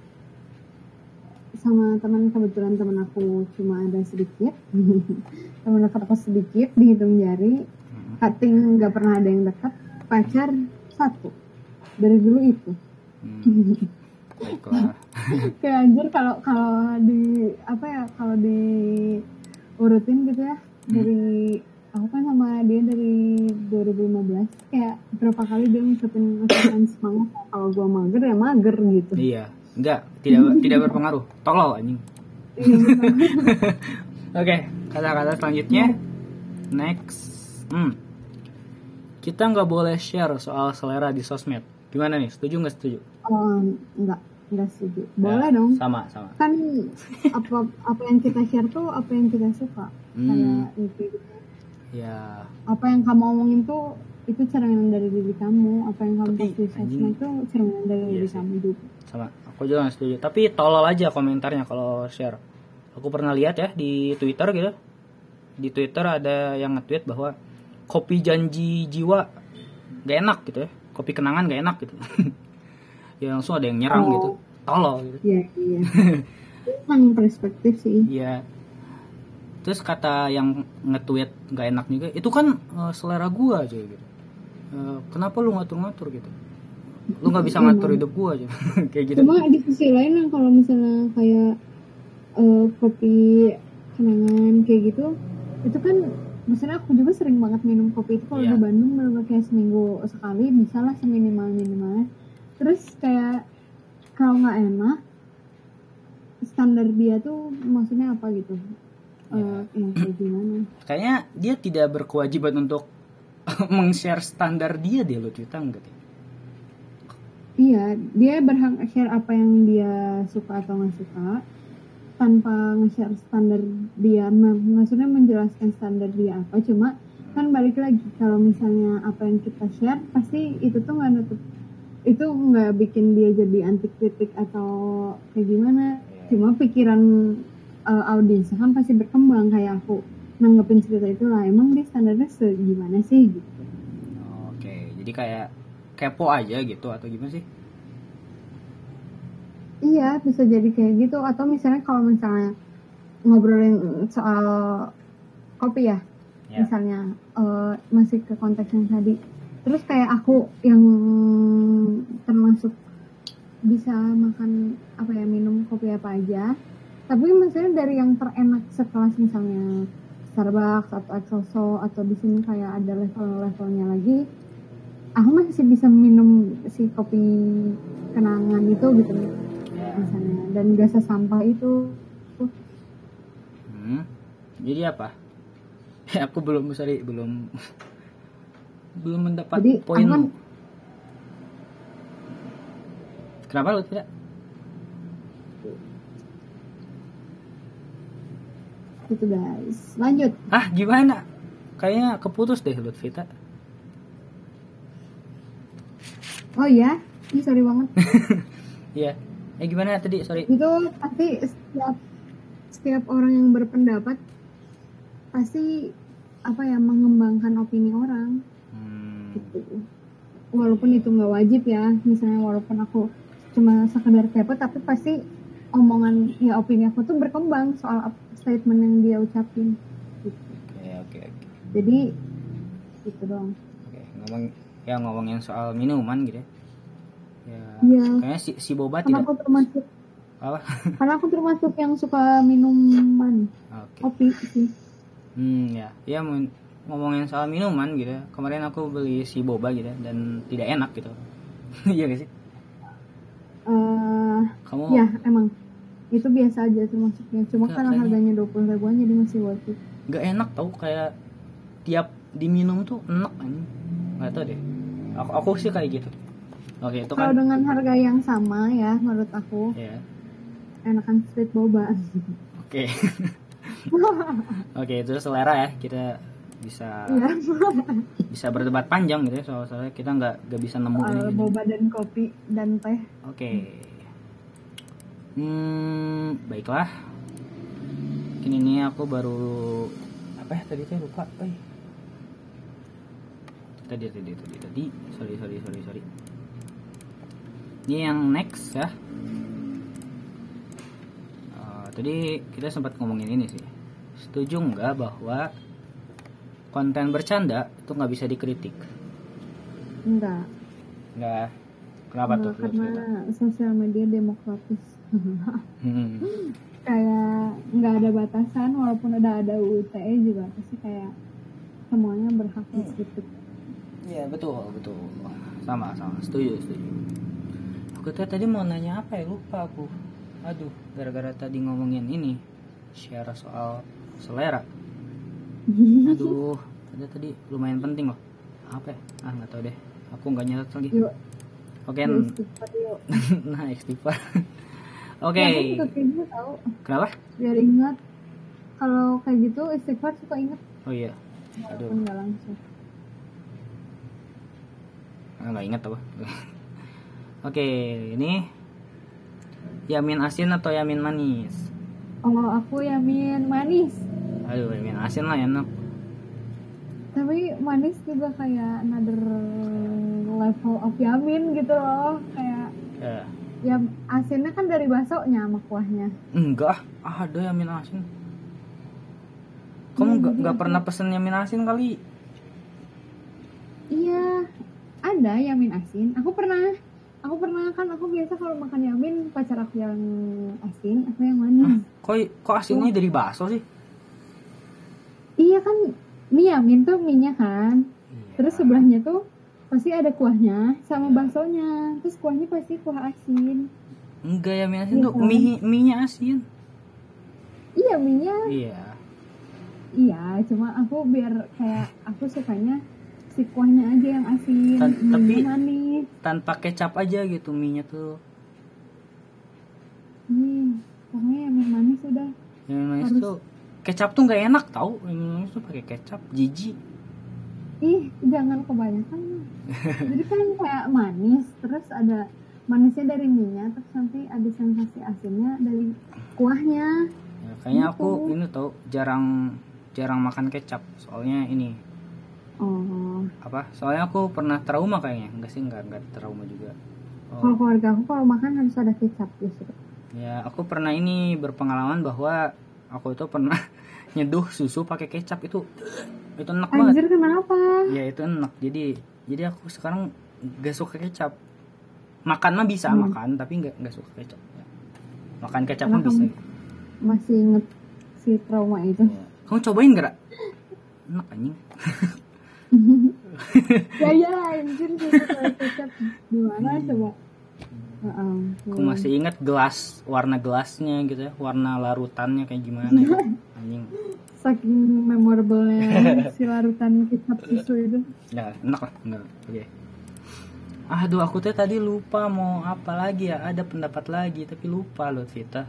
Sama teman, kebetulan teman aku cuma ada sedikit. Teman dekat aku sedikit dihitung jari. Hmm. Cutting nggak pernah ada yang dekat. Pacar satu. Dari dulu itu. Hmm. Baiklah. Kayak anjir kalau kalau di apa ya kalau di urutin gitu ya dari aku kan sama dia dari dua ribu lima belas kayak berapa kali dia ngucapin ngucapin semangat kalau gua mager ya mager gitu. Iya. Enggak, tidak tidak berpengaruh. Tolol anjing. Iya, betul. Oke, kata-kata selanjutnya. Next. Hmm. Kita nggak boleh share soal selera di sosmed. Gimana nih? Setuju nggak setuju? Oh, enggak enggak setuju. Boleh Ya, dong. Sama, sama. Kan apa apa yang kita share tuh apa yang kita suka. Hmm. Kayak gitu. Ya, Apa yang kamu omongin tuh itu cerminan dari diri kamu. Apa yang kamu Tapi, post di anjing. sosmed tuh cerminan dari Iya diri sih. kamu juga. sama. Aku juga nggak setuju. Tapi tolol aja komentarnya kalau share. Aku pernah lihat ya di Twitter gitu. Di Twitter ada yang nge-tweet bahwa kopi janji jiwa gak enak gitu ya. Kopi kenangan gak enak gitu. Ya langsung ada yang nyerang Oh. gitu. Tolol gitu. Iya, iya. Itu kan perspektif sih. Iya. Terus kata yang nge-tweet gak enak juga, itu kan eh, selera gua aja gitu. Eh, kenapa lu ngatur-ngatur gitu? Lu nggak bisa ngatur hidup gua aja. Kayak gitu. Cuma di sisi lain yang kalau misalnya kayak eh, kopi kenangan kayak gitu, itu kan maksudnya aku juga sering banget minum kopi itu kalau Iya. di Bandung bener kayak seminggu sekali bisa lah seminimal minimalnya. Terus kayak kalau nggak enak standar dia tuh maksudnya apa gitu? Eh, yang kayak gimana? Kayaknya dia tidak berkewajiban untuk meng-share standar dia deh lo cerita enggak deh. Iya, dia berhak share apa yang dia suka atau nggak suka tanpa nge-share standar dia, M- maksudnya menjelaskan standar dia apa. Cuma kan balik lagi kalau misalnya apa yang kita share pasti itu tuh nggak nutup, itu nggak bikin dia jadi anti kritik atau kayak gimana. Cuma pikiran uh, audiensnya kan pasti berkembang kayak aku nanggepin cerita itu lah. Emang dia standarnya segimana sih gitu? Oke, Jadi kayak kepo aja gitu atau gimana sih? Iya, bisa jadi kayak gitu. Atau misalnya kalau misalnya ngobrolin soal kopi ya, Ya. misalnya uh, masih ke konteks yang tadi. Terus kayak aku yang termasuk bisa makan apa ya, minum kopi apa aja. Tapi misalnya dari yang terenak sekelas misalnya Starbucks atau Expresso atau di sini kayak ada level-levelnya lagi, aku masih bisa minum si kopi kenangan itu gitu misalnya, dan gak sesampah itu. Hmm. Jadi apa? Aku belum sorry belum belum mendapat Jadi poin. aku kan, Kenapa lu tidak? gitu guys, lanjut. Ah gimana? Kayaknya keputus deh Lutfita. Oh iya, ini sorry banget. Iya. Eh gimana tadi? Sorry. Itu pasti setiap setiap orang yang berpendapat pasti apa ya, mengembangkan opini orang. Hmm. Gitu. Walaupun itu nggak wajib ya, misalnya walaupun aku cuma sekedar kepo, tapi pasti omongan ya, opini aku tuh berkembang soal statement yang dia ucapin. Gitu. Oke oke oke. Jadi gitu dong. Oke, ngomong ya ngomongin soal minuman gitu ya. Ya, Iya. kayaknya si, si Boba Karena tidak aku termasuk apa? karena aku termasuk yang suka minuman Oke. kopi sih. Hmm ya, ya mun- ngomongin soal minuman gitu ya. Kemarin aku beli si Boba gitu ya, dan tidak enak gitu. Iya gak sih? Uh, Kamu ya emang itu biasa aja termasuknya, cuma Enggak, karena kayaknya- harganya dua puluh ribuan jadi masih worth it. nggak enak tau, kayak tiap diminum tuh enak anjing. Nggak tau deh. Aku aku sih kayak gitu. Oke, itu Kalau kan dengan harga yang sama ya, menurut aku ya. enakan street boba. Oke. Oke, itu selera ya. Kita bisa Iya. bisa berdebat panjang gitu ya, soal soalnya kita nggak nggak bisa nemu Soal ini. boba dan kopi dan teh. Oke. Hmm, baiklah. Mungkin ini aku baru apa ya tadi, saya lupa. apa ya? Tadi tadi tadi tadi. Sorry sorry sorry sorry. Ini yang next ya. Uh, tadi kita sempat ngomongin ini sih. Setuju nggak bahwa konten bercanda itu nggak bisa dikritik? Enggak. Nggak. Kenapa tuh? Enggak, karena sosial media demokratis. Hmm. Kayak nggak ada batasan, walaupun udah ada U U T E juga pasti kayak semuanya berhak dikritik. Iya betul betul. Sama sama. Setuju setuju. Aku tuh tadi mau nanya apa ya, lupa aku. Aduh, gara-gara tadi ngomongin ini, share soal selera. Aduh, tadi tadi lumayan penting loh. Apa ya? Ah nggak tahu deh. Aku nggak nyatet lagi. Yuk, Oke. yuk istighfar yuk. Nah, istighfar. Oke. Ya, aku juga kayak gitu tahu. Kenapa? Biar ingat. Kalau kayak gitu istighfar suka ingat. Oh iya. Aduh, Walaupun nggak langsung. ah, nggak ingat apa. Oke, ini yamin asin atau yamin manis? Oh, aku yamin manis. Aduh, yamin asin lah enak. Tapi manis juga kayak another level of yamin gitu loh. Kayak Ya. ya asinnya kan dari baksonya sama kuahnya. Enggak, ada yamin asin. Kamu Iya, nggak jadi nggak aku- pernah pesen yamin asin kali? Iya, ada yamin asin. Aku pernah. Aku pernah kan, aku biasa kalau makan yamin, pacar aku yang asin, aku yang manis. Kok kok asinnya dari bakso sih? Iya kan, mie yamin tuh mie-nya kan. Terus sebelahnya tuh pasti ada kuahnya sama Iya. baksonya. Terus kuahnya pasti kuah asin. Enggak, yamin asin Iya tuh kan? mie mie-nya asin. Iya, mie-nya. Iya. Iya, cuma aku biar kayak aku sukanya si kuahnya aja yang asin, Tan- mie-nya tapi- manis. Tanpa kecap aja gitu mie-nya tuh. Ih, pokoknya yamin manis udah. Yamin manis Harus. tuh kecap tuh nggak enak tau. Yamin manis tuh pakai kecap, jijik. Ih, jangan kebanyakan. Jadi kan kayak manis, terus ada manisnya dari mie-nya, terus nanti ada sensasi asinnya dari kuahnya. Ya, kayaknya aku Gitu. ini tau jarang jarang makan kecap. Soalnya ini Oh. Apa? Soalnya aku pernah trauma kayaknya. Enggak sih, enggak enggak trauma juga. Kalau keluarga aku kalau makan harus ada kecap justru. Ya, aku pernah ini berpengalaman bahwa aku itu pernah nyeduh susu pakai kecap itu itu enak banget. Anjir, kenapa? Ya itu enak. Jadi jadi aku sekarang gak suka kecap. Makan mah bisa Hmm. makan, tapi gak gak suka kecap. Ya. Makan kecap Karena mah bisa. kamu masih inget si trauma itu. Ya. Kamu cobain gak? Enak anjing. Ya ya anjir susu pakai kecap gimana coba? Heeh. Aku masih ingat gelas, warna gelasnya gitu ya, warna larutannya kayak gimana gitu. Anjing. Saking memorable-nya si larutan kecap susu itu. Ya, enak lah, enggak. Oke. Aduh, aku tuh tadi lupa mau apa lagi ya. Ada pendapat lagi tapi lupa loh, Vita.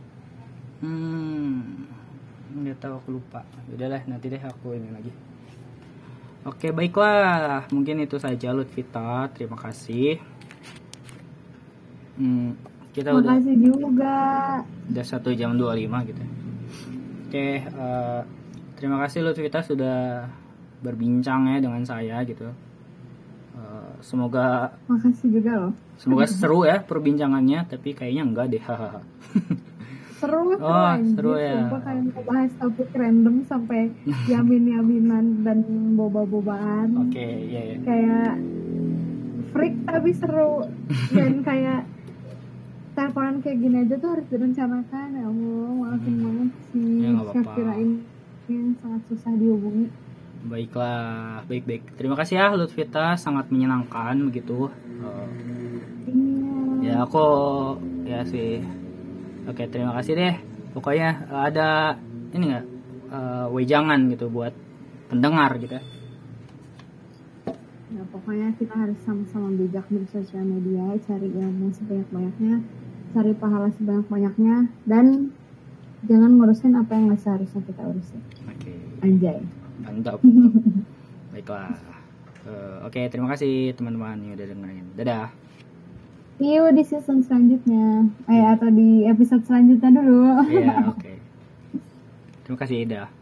Hmm. Enggak tahu, aku lupa. Udahlah, nanti deh aku ini lagi. Oke, baiklah. Mungkin itu saja Lutfita. Terima kasih. Hmm, kita udah Makasih juga. udah satu jam dua puluh lima gitu. Oke, eh, terima kasih Lutfita sudah berbincang ya dengan saya gitu. Eh, semoga Makasih juga loh. semoga seru ya perbincangannya, tapi kayaknya enggak deh. Hahaha. Seru seru Oh, anjir. seru ya. Sumpah kayak mau bahas topik random sampai yamin-yaminan dan boba-bobaan. Oke, iya ya. Kayak freak tapi seru. Dan kayak teleponan kayak gini aja tuh harus direncanakan. Ya Allah, maafin banget sih. Ya, nggak apa-apa. Syafira ini sangat susah dihubungi. Baiklah, baik-baik. Terima kasih ya Lutfita, sangat menyenangkan begitu. Eh, Iya. ya aku ya sih. Oke, terima kasih deh. Pokoknya eh, ada ini nggak eh, wejangan gitu buat pendengar gitu ya. Ya, pokoknya kita harus sama-sama bijak di sosial media, cari ilmu sebanyak-banyaknya, cari pahala sebanyak-banyaknya, dan jangan ngurusin apa yang nggak seharusnya kita urusin. Oke, Anjay. mantap. Baiklah. Eh, Oke, terima kasih teman-teman yang udah dengerin. Dadah. See you di season selanjutnya. Eh, atau di episode selanjutnya dulu. Iya, oke. Terima kasih, Ida.